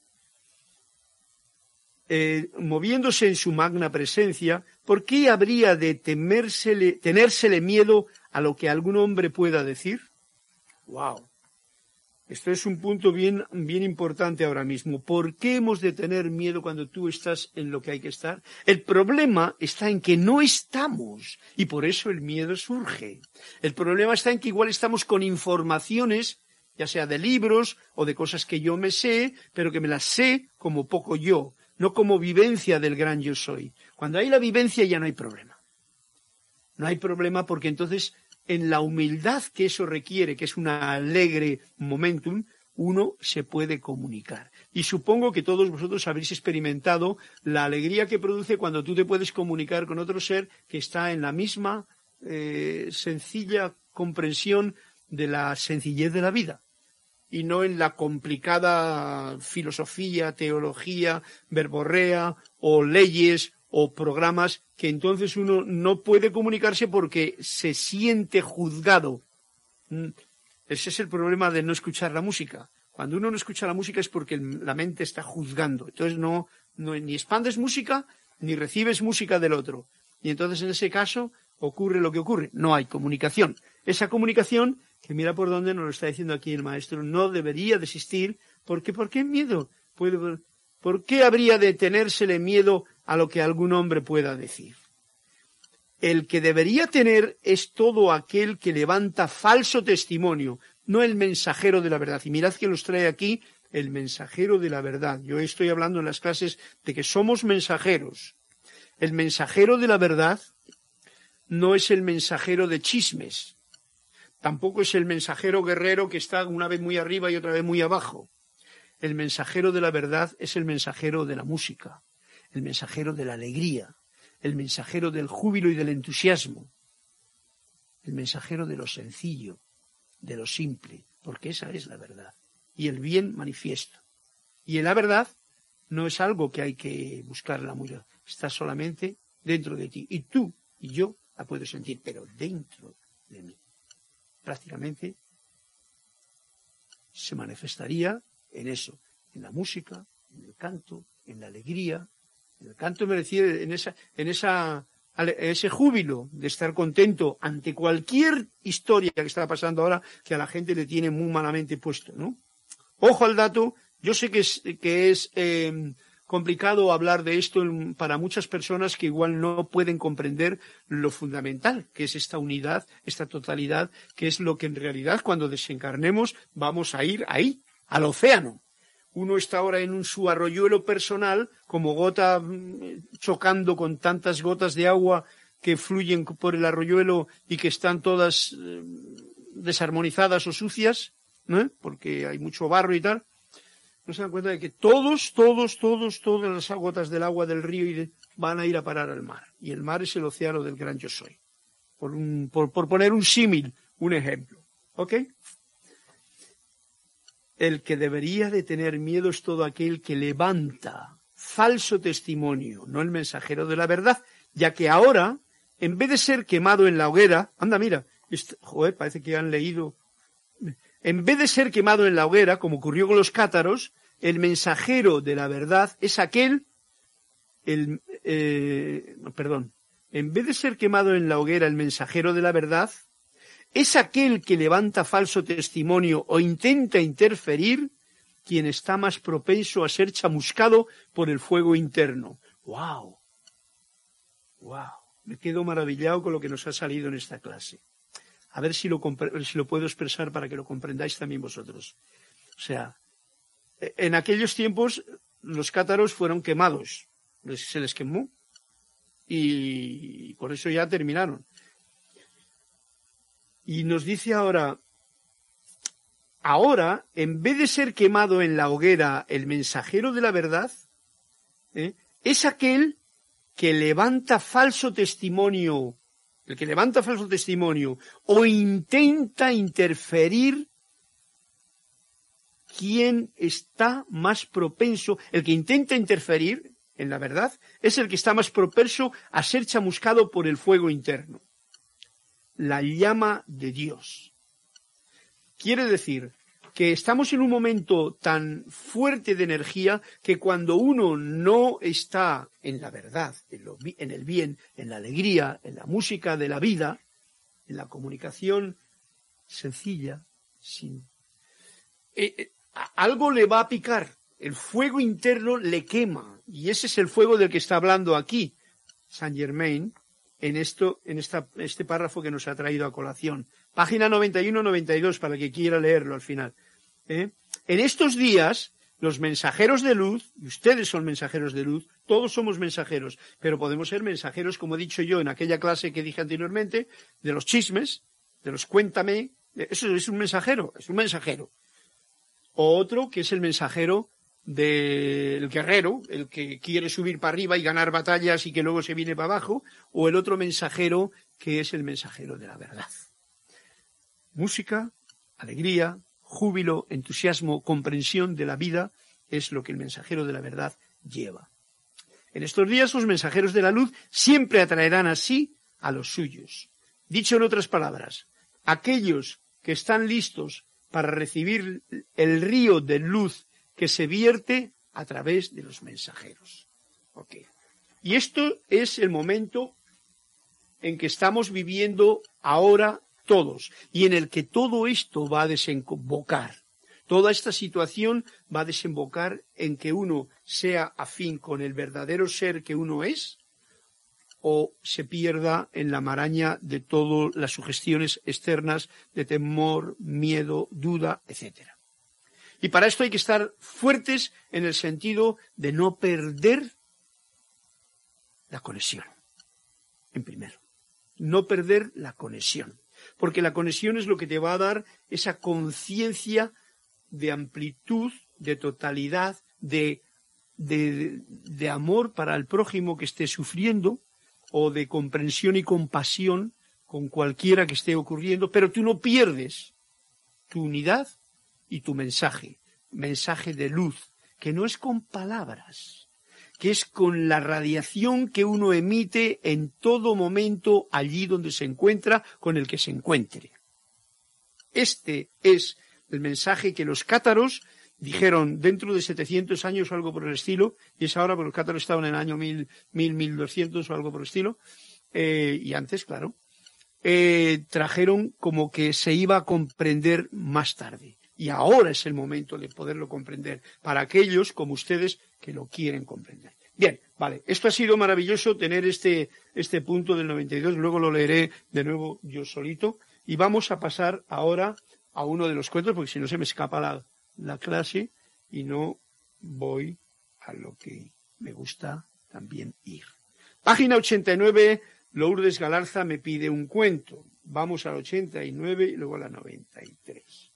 Eh, moviéndose en su magna presencia, ¿por qué habría de temérsele, tenérsele miedo a lo que algún hombre pueda decir? ¡Wow! Esto es un punto bien, bien importante ahora mismo. ¿Por qué hemos de tener miedo cuando tú estás en lo que hay que estar? El problema está en que no estamos y por eso el miedo surge. El problema está en que igual estamos con informaciones, ya sea de libros o de cosas que yo me sé, pero que me las sé como poco yo, no como vivencia del gran yo soy. Cuando hay la vivencia ya no hay problema. No hay problema porque entonces en la humildad que eso requiere, que es un alegre momentum, uno se puede comunicar. Y supongo que todos vosotros habréis experimentado la alegría que produce cuando tú te puedes comunicar con otro ser que está en la misma eh, sencilla comprensión de la sencillez de la vida. Y no en la complicada filosofía, teología, verborrea o leyes o programas que entonces uno no puede comunicarse porque se siente juzgado. Ese es el problema de no escuchar la música. Cuando uno no escucha la música es porque la mente está juzgando. Entonces no, no ni expandes música ni recibes música del otro. Y entonces en ese caso ocurre lo que ocurre. No hay comunicación. Esa comunicación, que mira por dónde nos lo está diciendo aquí el maestro, no debería de existir. Porque, ¿por qué miedo? Puede, ¿Por qué habría de tenérsele miedo a lo que algún hombre pueda decir? El que debería tener es todo aquel que levanta falso testimonio, no el mensajero de la verdad. Y mirad que nos trae aquí el mensajero de la verdad. Yo estoy hablando en las clases de que somos mensajeros. El mensajero de la verdad no es el mensajero de chismes. Tampoco es el mensajero guerrero que está una vez muy arriba y otra vez muy abajo. El mensajero de la verdad es el mensajero de la música, el mensajero de la alegría, el mensajero del júbilo y del entusiasmo, el mensajero de lo sencillo, de lo simple, porque esa es la verdad. Y el bien manifiesto. Y la verdad no es algo que hay que buscarla muy lejos, está solamente dentro de ti. Y tú y yo la puedo sentir, pero dentro de mí. Prácticamente se manifestaría en eso, en la música, en el canto, en la alegría. En el canto me refiero en esa, en esa, ese júbilo de estar contento ante cualquier historia que está pasando ahora que a la gente le tiene muy malamente puesto, ¿no? Ojo al dato, yo sé que es, que es eh, complicado hablar de esto para muchas personas que igual no pueden comprender lo fundamental, que es esta unidad, esta totalidad, que es lo que en realidad cuando desencarnemos vamos a ir ahí, al océano. Uno está ahora en un su arroyuelo personal, como gota chocando con tantas gotas de agua que fluyen por el arroyuelo y que están todas eh, desarmonizadas o sucias, ¿no? Porque hay mucho barro y tal. No se dan cuenta de que todos, todos, todos, todas las gotas del agua del río y de, van a ir a parar al mar. Y el mar es el océano del gran yo soy. Por, un, por, por poner un símil, un ejemplo. ¿Ok? El que debería de tener miedo es todo aquel que levanta falso testimonio, no el mensajero de la verdad, ya que ahora, en vez de ser quemado en la hoguera, anda, mira, este, joder, parece que han leído, en vez de ser quemado en la hoguera, como ocurrió con los cátaros, el mensajero de la verdad es aquel, el, eh, perdón, en vez de ser quemado en la hoguera el mensajero de la verdad, es aquel que levanta falso testimonio o intenta interferir quien está más propenso a ser chamuscado por el fuego interno. ¡Wow! ¡Wow! Me quedo maravillado con lo que nos ha salido en esta clase. A ver si lo, si lo puedo expresar para que lo comprendáis también vosotros. O sea, en aquellos tiempos los cátaros fueron quemados, se les quemó y por eso ya terminaron. Y nos dice ahora, ahora, en vez de ser quemado en la hoguera el mensajero de la verdad, ¿eh? es aquel que levanta falso testimonio, el que levanta falso testimonio o intenta interferir quien está más propenso, el que intenta interferir en la verdad es el que está más propenso a ser chamuscado por el fuego interno. La llama de Dios. Quiere decir que estamos en un momento tan fuerte de energía que cuando uno no está en la verdad, en, lo, en el bien, en la alegría, en la música de la vida, en la comunicación sencilla, sin, eh, eh, algo le va a picar, el fuego interno le quema, y ese es el fuego del que está hablando aquí Saint Germain en esto, en esta, este párrafo que nos ha traído a colación. Página noventa y uno noventa y dos para el que quiera leerlo al final. ¿Eh? En estos días, los mensajeros de luz, y ustedes son mensajeros de luz, todos somos mensajeros, pero podemos ser mensajeros, como he dicho yo en aquella clase que dije anteriormente, de los chismes, de los cuéntame, eso es un mensajero, es un mensajero. O otro que es el mensajero del guerrero, el que quiere subir para arriba y ganar batallas y que luego se viene para abajo, o el otro mensajero que es el mensajero de la verdad. Música, alegría, júbilo, entusiasmo, comprensión de la vida es lo que el mensajero de la verdad lleva. En estos días los mensajeros de la luz siempre atraerán así a los suyos. Dicho en otras palabras, aquellos que están listos para recibir el río de luz que se vierte a través de los mensajeros. Okay. Y esto es el momento en que estamos viviendo ahora todos, y en el que todo esto va a desembocar. Toda esta situación va a desembocar en que uno sea afín con el verdadero ser que uno es, o se pierda en la maraña de todas las sugestiones externas de temor, miedo, duda, etcétera. Y para esto hay que estar fuertes en el sentido de no perder la conexión. En primero, no perder la conexión. Porque la conexión es lo que te va a dar esa conciencia de amplitud, de totalidad, de, de, de amor para el prójimo que esté sufriendo, o de comprensión y compasión con cualquiera que esté ocurriendo, pero tú no pierdes tu unidad y tu mensaje, mensaje de luz, que no es con palabras, que es con la radiación que uno emite en todo momento allí donde se encuentra, con el que se encuentre. Este es el mensaje que los cátaros dijeron dentro de setecientos años o algo por el estilo, y es ahora, porque los cátaros estaban en el año mil, mil, mil doscientos o algo por el estilo, eh, y antes, claro, eh, trajeron como que se iba a comprender más tarde. Y ahora es el momento de poderlo comprender para aquellos como ustedes que lo quieren comprender. Bien, vale, esto ha sido maravilloso tener este, este punto del noventa y dos, luego lo leeré de nuevo yo solito y vamos a pasar ahora a uno de los cuentos porque si no se me escapa la, la clase y no voy a lo que me gusta también ir. Página ochenta y nueve, Lourdes Galarza me pide un cuento. Vamos al ochenta y nueve y luego a la noventa y tres.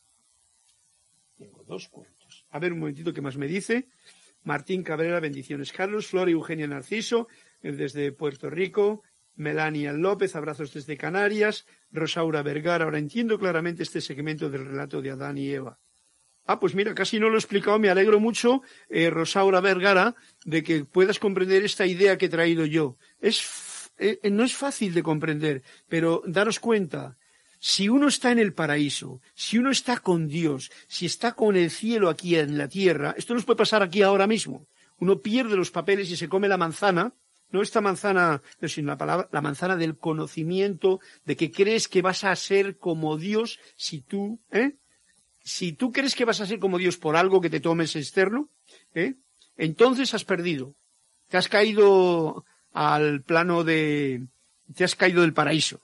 Tengo dos cuentos. A ver un momentito qué más me dice. Martín Cabrera, bendiciones Carlos. Flor y Eugenia Narciso, desde Puerto Rico. Melania López, abrazos desde Canarias. Rosaura Vergara, ahora entiendo claramente este segmento del relato de Adán y Eva. Ah, pues mira, casi no lo he explicado, me alegro mucho, eh, Rosaura Vergara, de que puedas comprender esta idea que he traído yo. Es, eh, no es fácil de comprender, pero daros cuenta, si uno está en el paraíso, si uno está con Dios, si está con el cielo aquí en la tierra, esto nos puede pasar aquí ahora mismo. Uno pierde los papeles y se come la manzana, no esta manzana, sino la palabra, la manzana del conocimiento, de que crees que vas a ser como Dios si tú, ¿eh? Si tú crees que vas a ser como Dios por algo que te tomes externo, ¿eh? Entonces has perdido. Te has caído al plano de... te has caído del paraíso.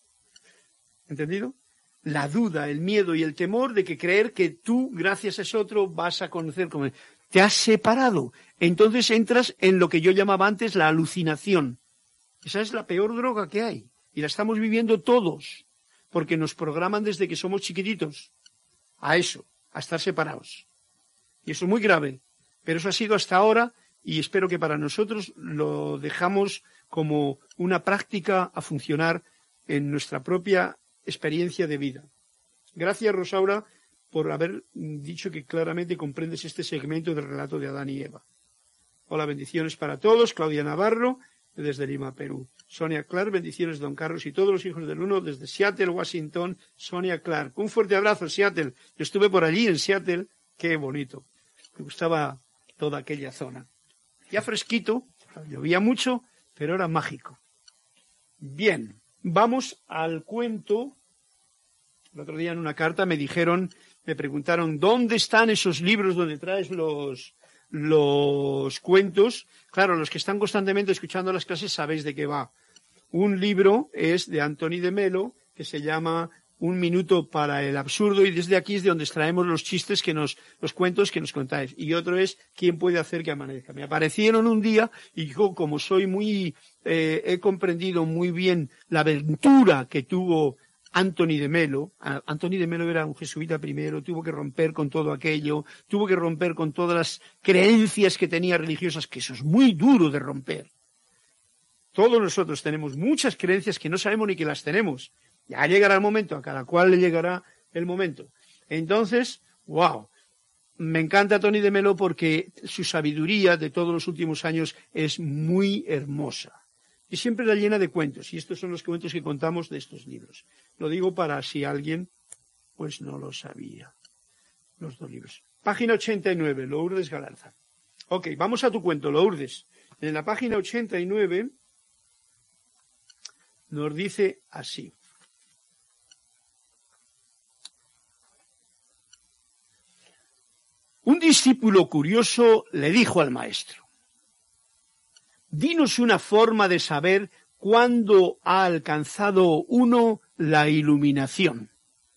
¿Entendido? La duda, el miedo y el temor de que creer que tú, gracias a ese otro, vas a conocer como... Te has separado. Entonces entras en lo que yo llamaba antes la alucinación. Esa es la peor droga que hay. Y la estamos viviendo todos. Porque nos programan desde que somos chiquititos. A eso, a estar separados. Y eso es muy grave, pero eso ha sido hasta ahora y espero que para nosotros lo dejamos como una práctica a funcionar en nuestra propia experiencia de vida. Gracias, Rosaura, por haber dicho que claramente comprendes este segmento del relato de Adán y Eva. Hola, bendiciones para todos. Claudia Navarro, desde Lima, Perú. Sonia Clark, bendiciones, don Carlos y todos los hijos del uno, desde Seattle, Washington, Sonia Clark. Un fuerte abrazo, Seattle. Yo estuve por allí en Seattle, qué bonito. Me gustaba toda aquella zona. Ya fresquito, llovía mucho, pero era mágico. Bien, vamos al cuento. El otro día en una carta me dijeron, me preguntaron, ¿dónde están esos libros donde traes los... los cuentos? Claro, los que están constantemente escuchando las clases sabéis de qué va. Un libro es de Antoni de Melo que se llama Un minuto para el absurdo y desde aquí es de donde extraemos los chistes que nos, los cuentos que nos contáis. Y otro es ¿Quién puede hacer que amanezca? Me aparecieron un día y yo, como soy muy, eh, he comprendido muy bien la aventura que tuvo Antoni de Melo, Antoni de Melo era un jesuita primero, tuvo que romper con todo aquello, tuvo que romper con todas las creencias que tenía religiosas, que eso es muy duro de romper. Todos nosotros tenemos muchas creencias que no sabemos ni que las tenemos. Ya llegará el momento, a cada cual le llegará el momento. Entonces, wow, me encanta Antoni de Melo porque su sabiduría de todos los últimos años es muy hermosa. Y siempre la llena de cuentos, y estos son los cuentos que contamos de estos libros. Lo digo para si alguien, pues no lo sabía. Los dos libros. Página ochenta y nueve, Lourdes Galarza. Ok, vamos a tu cuento, Lourdes. En la página ochenta y nueve nos dice así. Un discípulo curioso le dijo al maestro: dinos una forma de saber cuándo ha alcanzado uno la iluminación.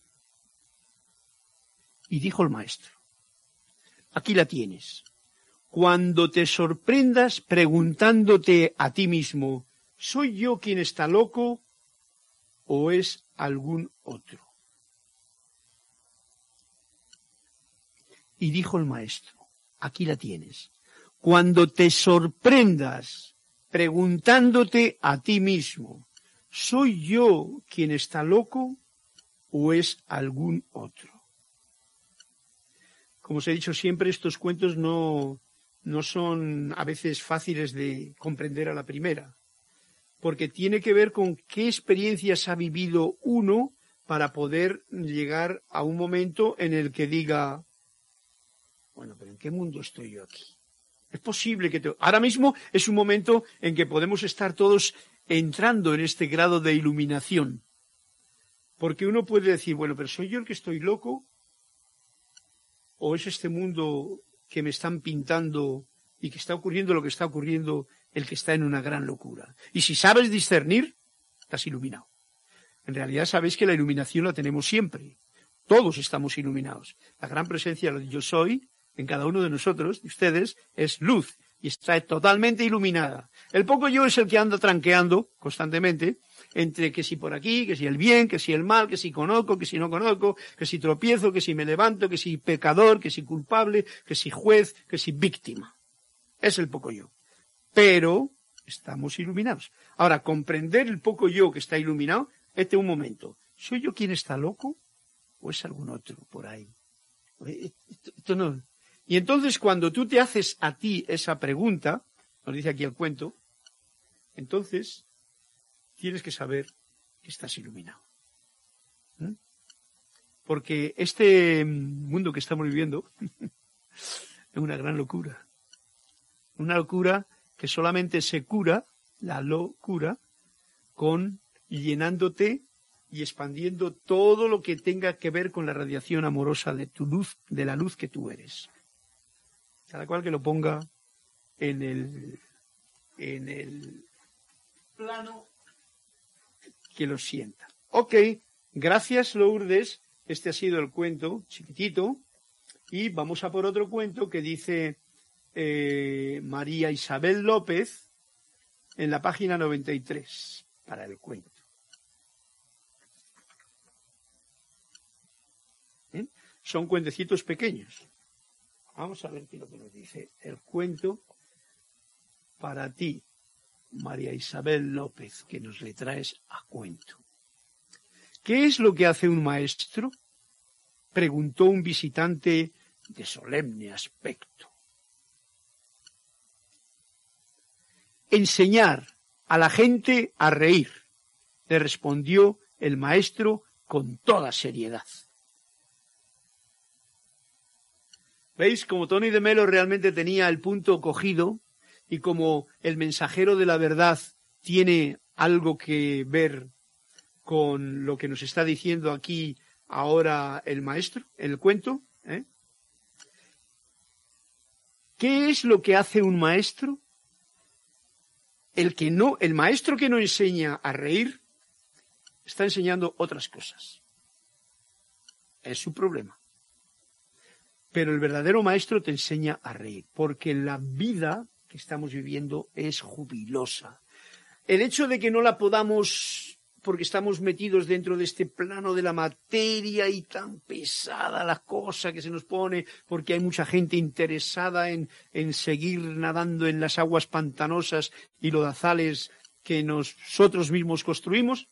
Y dijo el maestro: aquí la tienes. Cuando te sorprendas preguntándote a ti mismo, ¿soy yo quien está loco o es algún otro? Y dijo el maestro: aquí la tienes. Cuando te sorprendas preguntándote a ti mismo, ¿soy yo quien está loco o es algún otro? Como os he dicho siempre, estos cuentos no, no son a veces fáciles de comprender a la primera, porque tiene que ver con qué experiencias ha vivido uno para poder llegar a un momento en el que diga, bueno, pero ¿en qué mundo estoy yo aquí? Es posible que te... Ahora mismo es un momento en que podemos estar todos entrando en este grado de iluminación. Porque uno puede decir, bueno, pero ¿soy yo el que estoy loco o es este mundo que me están pintando y que está ocurriendo lo que está ocurriendo, el que está en una gran locura. Y si sabes discernir, estás iluminado. En realidad sabéis que la iluminación la tenemos siempre. Todos estamos iluminados. La gran presencia del yo soy en cada uno de nosotros, de ustedes, es luz y está totalmente iluminada. El poco yo es el que anda tranqueando constantemente entre que si por aquí, que si el bien, que si el mal, que si conozco, que si no conozco, que si tropiezo, que si me levanto, que si pecador, que si culpable, que si juez, que si víctima. Es el poco yo. Pero estamos iluminados. Ahora, comprender el poco yo que está iluminado, este un momento. ¿Soy yo quien está loco? ¿O es algún otro por ahí? Esto, esto no. Y entonces cuando tú te haces a ti esa pregunta, nos dice aquí el cuento, entonces tienes que saber que estás iluminado. ¿Mm? Porque este mundo que estamos viviendo es una gran locura. Una locura que solamente se cura, la locura, con llenándote y expandiendo todo lo que tenga que ver con la radiación amorosa de tu luz, de la luz que tú eres. Cada cual que lo ponga en el, en el plano que lo sienta. Ok, gracias Lourdes. Este ha sido el cuento chiquitito. Y vamos a por otro cuento que dice eh, María Isabel López en la página noventa y tres para el cuento. ¿Eh? Son cuentecitos pequeños. Vamos a ver qué es lo que nos dice el cuento para ti, María Isabel López, que nos le traes a cuento. ¿Qué es lo que hace un maestro? Preguntó un visitante de solemne aspecto. Enseñar a la gente a reír, le respondió el maestro con toda seriedad. ¿Veis? Como Tony de Melo realmente tenía el punto cogido y como el mensajero de la verdad tiene algo que ver con lo que nos está diciendo aquí ahora el maestro, el cuento, ¿eh? ¿Qué es lo que hace un maestro? El que no, el maestro que no enseña a reír está enseñando otras cosas. Es su problema. Pero el verdadero maestro te enseña a reír, porque la vida que estamos viviendo es jubilosa. El hecho de que no la podamos, porque estamos metidos dentro de este plano de la materia y tan pesada la cosa que se nos pone, porque hay mucha gente interesada en, en seguir nadando en las aguas pantanosas y lodazales que nosotros mismos construimos,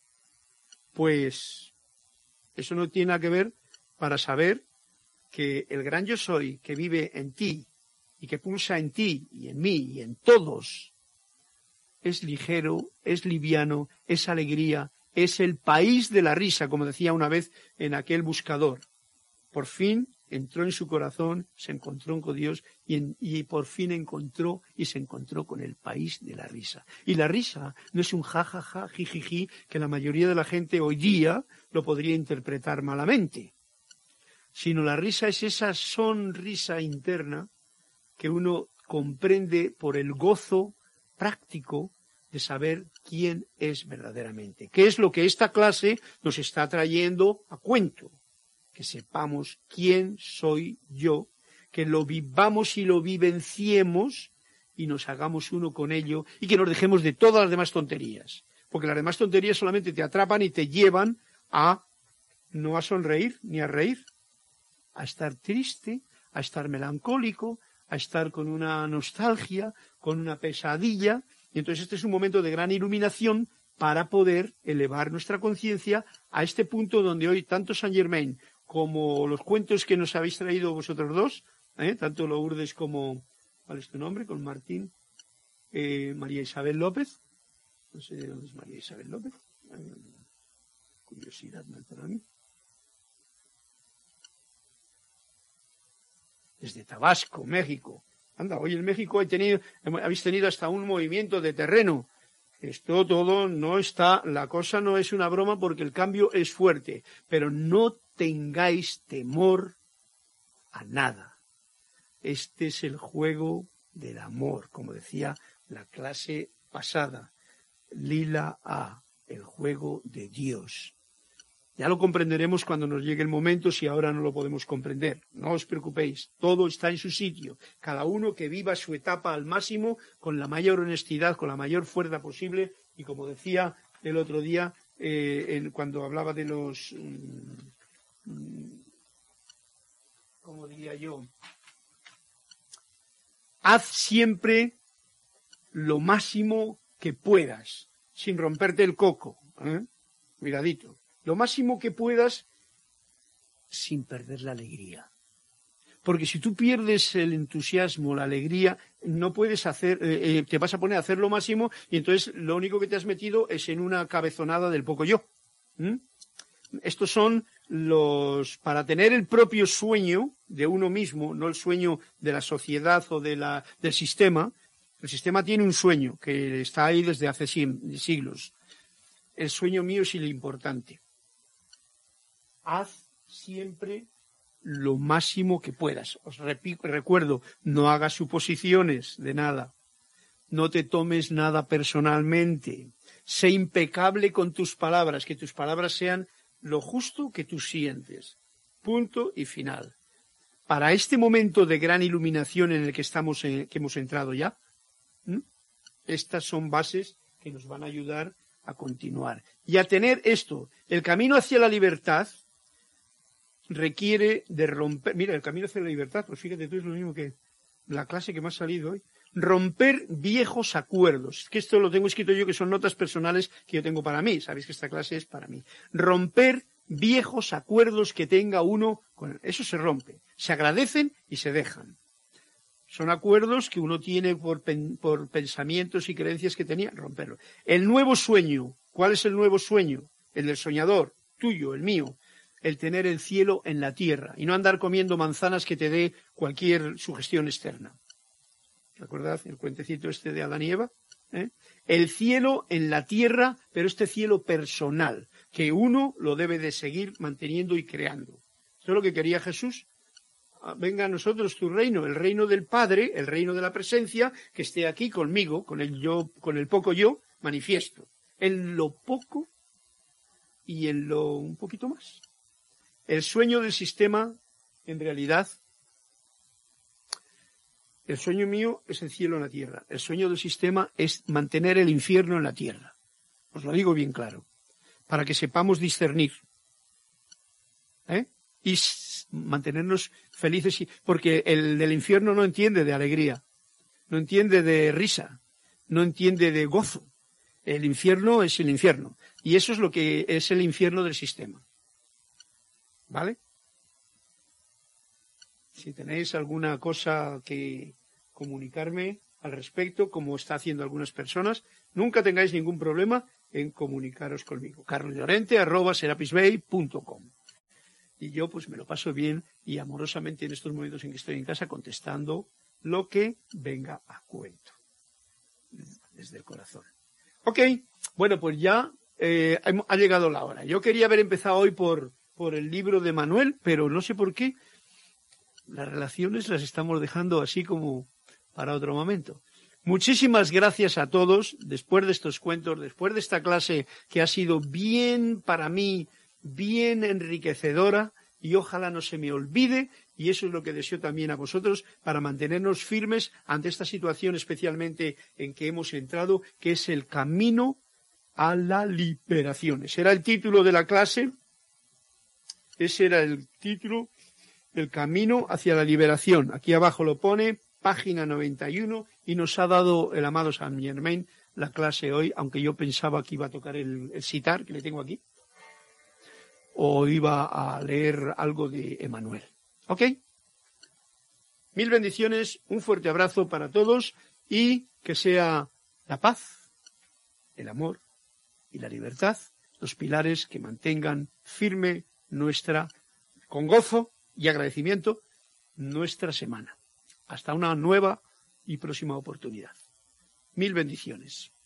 pues eso no tiene nada que ver para saber que el gran yo soy que vive en ti y que pulsa en ti y en mí y en todos es ligero, es liviano, es alegría, es el país de la risa, como decía una vez en aquel buscador. Por fin entró en su corazón, se encontró con Dios y, en, y por fin encontró y se encontró con el país de la risa. Y la risa no es un jajaja, jijiji, que la mayoría de la gente hoy día lo podría interpretar malamente, sino la risa es esa sonrisa interna que uno comprende por el gozo práctico de saber quién es verdaderamente. ¿Qué es lo que esta clase nos está trayendo a cuento? Que sepamos quién soy yo, que lo vivamos y lo vivenciemos y nos hagamos uno con ello y que nos dejemos de todas las demás tonterías. Porque las demás tonterías solamente te atrapan y te llevan a no a sonreír ni a reír, a estar triste, a estar melancólico, a estar con una nostalgia, con una pesadilla. Y entonces este es un momento de gran iluminación para poder elevar nuestra conciencia a este punto donde hoy tanto Saint Germain como los cuentos que nos habéis traído vosotros dos, ¿eh? Tanto Lourdes como, ¿cuál es tu nombre? Con Martín, eh, María Isabel López. No sé de dónde es María Isabel López. Curiosidad me entra a mí. Desde Tabasco, México. Anda, hoy en México he tenido, habéis tenido hasta un movimiento de terreno. Esto todo no está, la cosa no es una broma porque el cambio es fuerte. Pero no tengáis temor a nada. Este es el juego del amor, como decía la clase pasada. Lila A, el juego de Dios. Ya lo comprenderemos cuando nos llegue el momento, si ahora no lo podemos comprender. No os preocupéis, todo está en su sitio. Cada uno que viva su etapa al máximo, con la mayor honestidad, con la mayor fuerza posible, y como decía el otro día, eh, en, cuando hablaba de los... Mm, ¿cómo diría yo? Haz siempre lo máximo que puedas, sin romperte el coco. ¿eh? Cuidadito. Lo máximo que puedas sin perder la alegría. Porque si tú pierdes el entusiasmo, la alegría, no puedes hacer, eh, eh, te vas a poner a hacer lo máximo y entonces lo único que te has metido es en una cabezonada del poco yo. ¿Mm? Estos son los, para tener el propio sueño de uno mismo, no el sueño de la sociedad o de la, del sistema. El sistema tiene un sueño que está ahí desde hace siglos. El sueño mío es el importante. Haz siempre lo máximo que puedas. Os repito, recuerdo, no hagas suposiciones de nada. No te tomes nada personalmente. Sé impecable con tus palabras, que tus palabras sean lo justo que tú sientes. Punto y final. Para este momento de gran iluminación en el que estamos, en, que hemos entrado ya, ¿m? Estas son bases que nos van a ayudar a continuar. Y a tener esto, el camino hacia la libertad requiere de romper, mira, el camino hacia la libertad, pues fíjate tú, es lo mismo que la clase que me ha salido hoy, romper viejos acuerdos, que esto lo tengo escrito yo, que son notas personales que yo tengo para mí, sabéis que esta clase es para mí, romper viejos acuerdos que tenga uno, con eso se rompe, se agradecen y se dejan. Son acuerdos que uno tiene por, pen, por pensamientos y creencias que tenía, romperlo. El nuevo sueño, ¿cuál es el nuevo sueño? El del soñador, tuyo, el mío. El tener el cielo en la tierra y no andar comiendo manzanas que te dé cualquier sugestión externa. ¿Recordad el cuentecito este de Adán y Eva? ¿Eh? El cielo en la tierra, pero este cielo personal, que uno lo debe de seguir manteniendo y creando. Eso es lo que quería Jesús. Venga a nosotros tu reino, el reino del Padre, el reino de la presencia, que esté aquí conmigo, con el yo, con el poco yo, manifiesto. En lo poco y en lo un poquito más. El sueño del sistema, en realidad, el sueño mío es el cielo en la tierra. El sueño del sistema es mantener el infierno en la tierra. Os lo digo bien claro, para que sepamos discernir. ¿Eh? Y mantenernos felices, porque el del infierno no entiende de alegría, no entiende de risa, no entiende de gozo. El infierno es el infierno, y eso es lo que es el infierno del sistema. ¿Vale? Si tenéis alguna cosa que comunicarme al respecto, como está haciendo algunas personas, nunca tengáis ningún problema en comunicaros conmigo. carlos llorente arroba serapis bay punto com. Y yo pues me lo paso bien y amorosamente en estos momentos en que estoy en casa contestando lo que venga a cuento. Desde el corazón. Ok, bueno, pues ya eh, ha llegado la hora. Yo quería haber empezado hoy por... por el libro de Manuel, pero no sé por qué las relaciones las estamos dejando así como para otro momento. Muchísimas gracias a todos, después de estos cuentos, después de esta clase que ha sido bien para mí, bien enriquecedora, y ojalá no se me olvide, y eso es lo que deseo también a vosotros, para mantenernos firmes ante esta situación especialmente en que hemos entrado, que es el camino a la liberación. Ese era el título de la clase. Ese era el título, El camino hacia la liberación. Aquí abajo lo pone, página noventa y uno, y nos ha dado el amado Saint Germain la clase hoy, aunque yo pensaba que iba a tocar el, el sitar, que le tengo aquí, o iba a leer algo de Emmanuel. ¿Ok? Mil bendiciones, un fuerte abrazo para todos, y que sea la paz, el amor y la libertad los pilares que mantengan firme nuestra, con gozo y agradecimiento, nuestra semana. Hasta una nueva y próxima oportunidad. Mil bendiciones.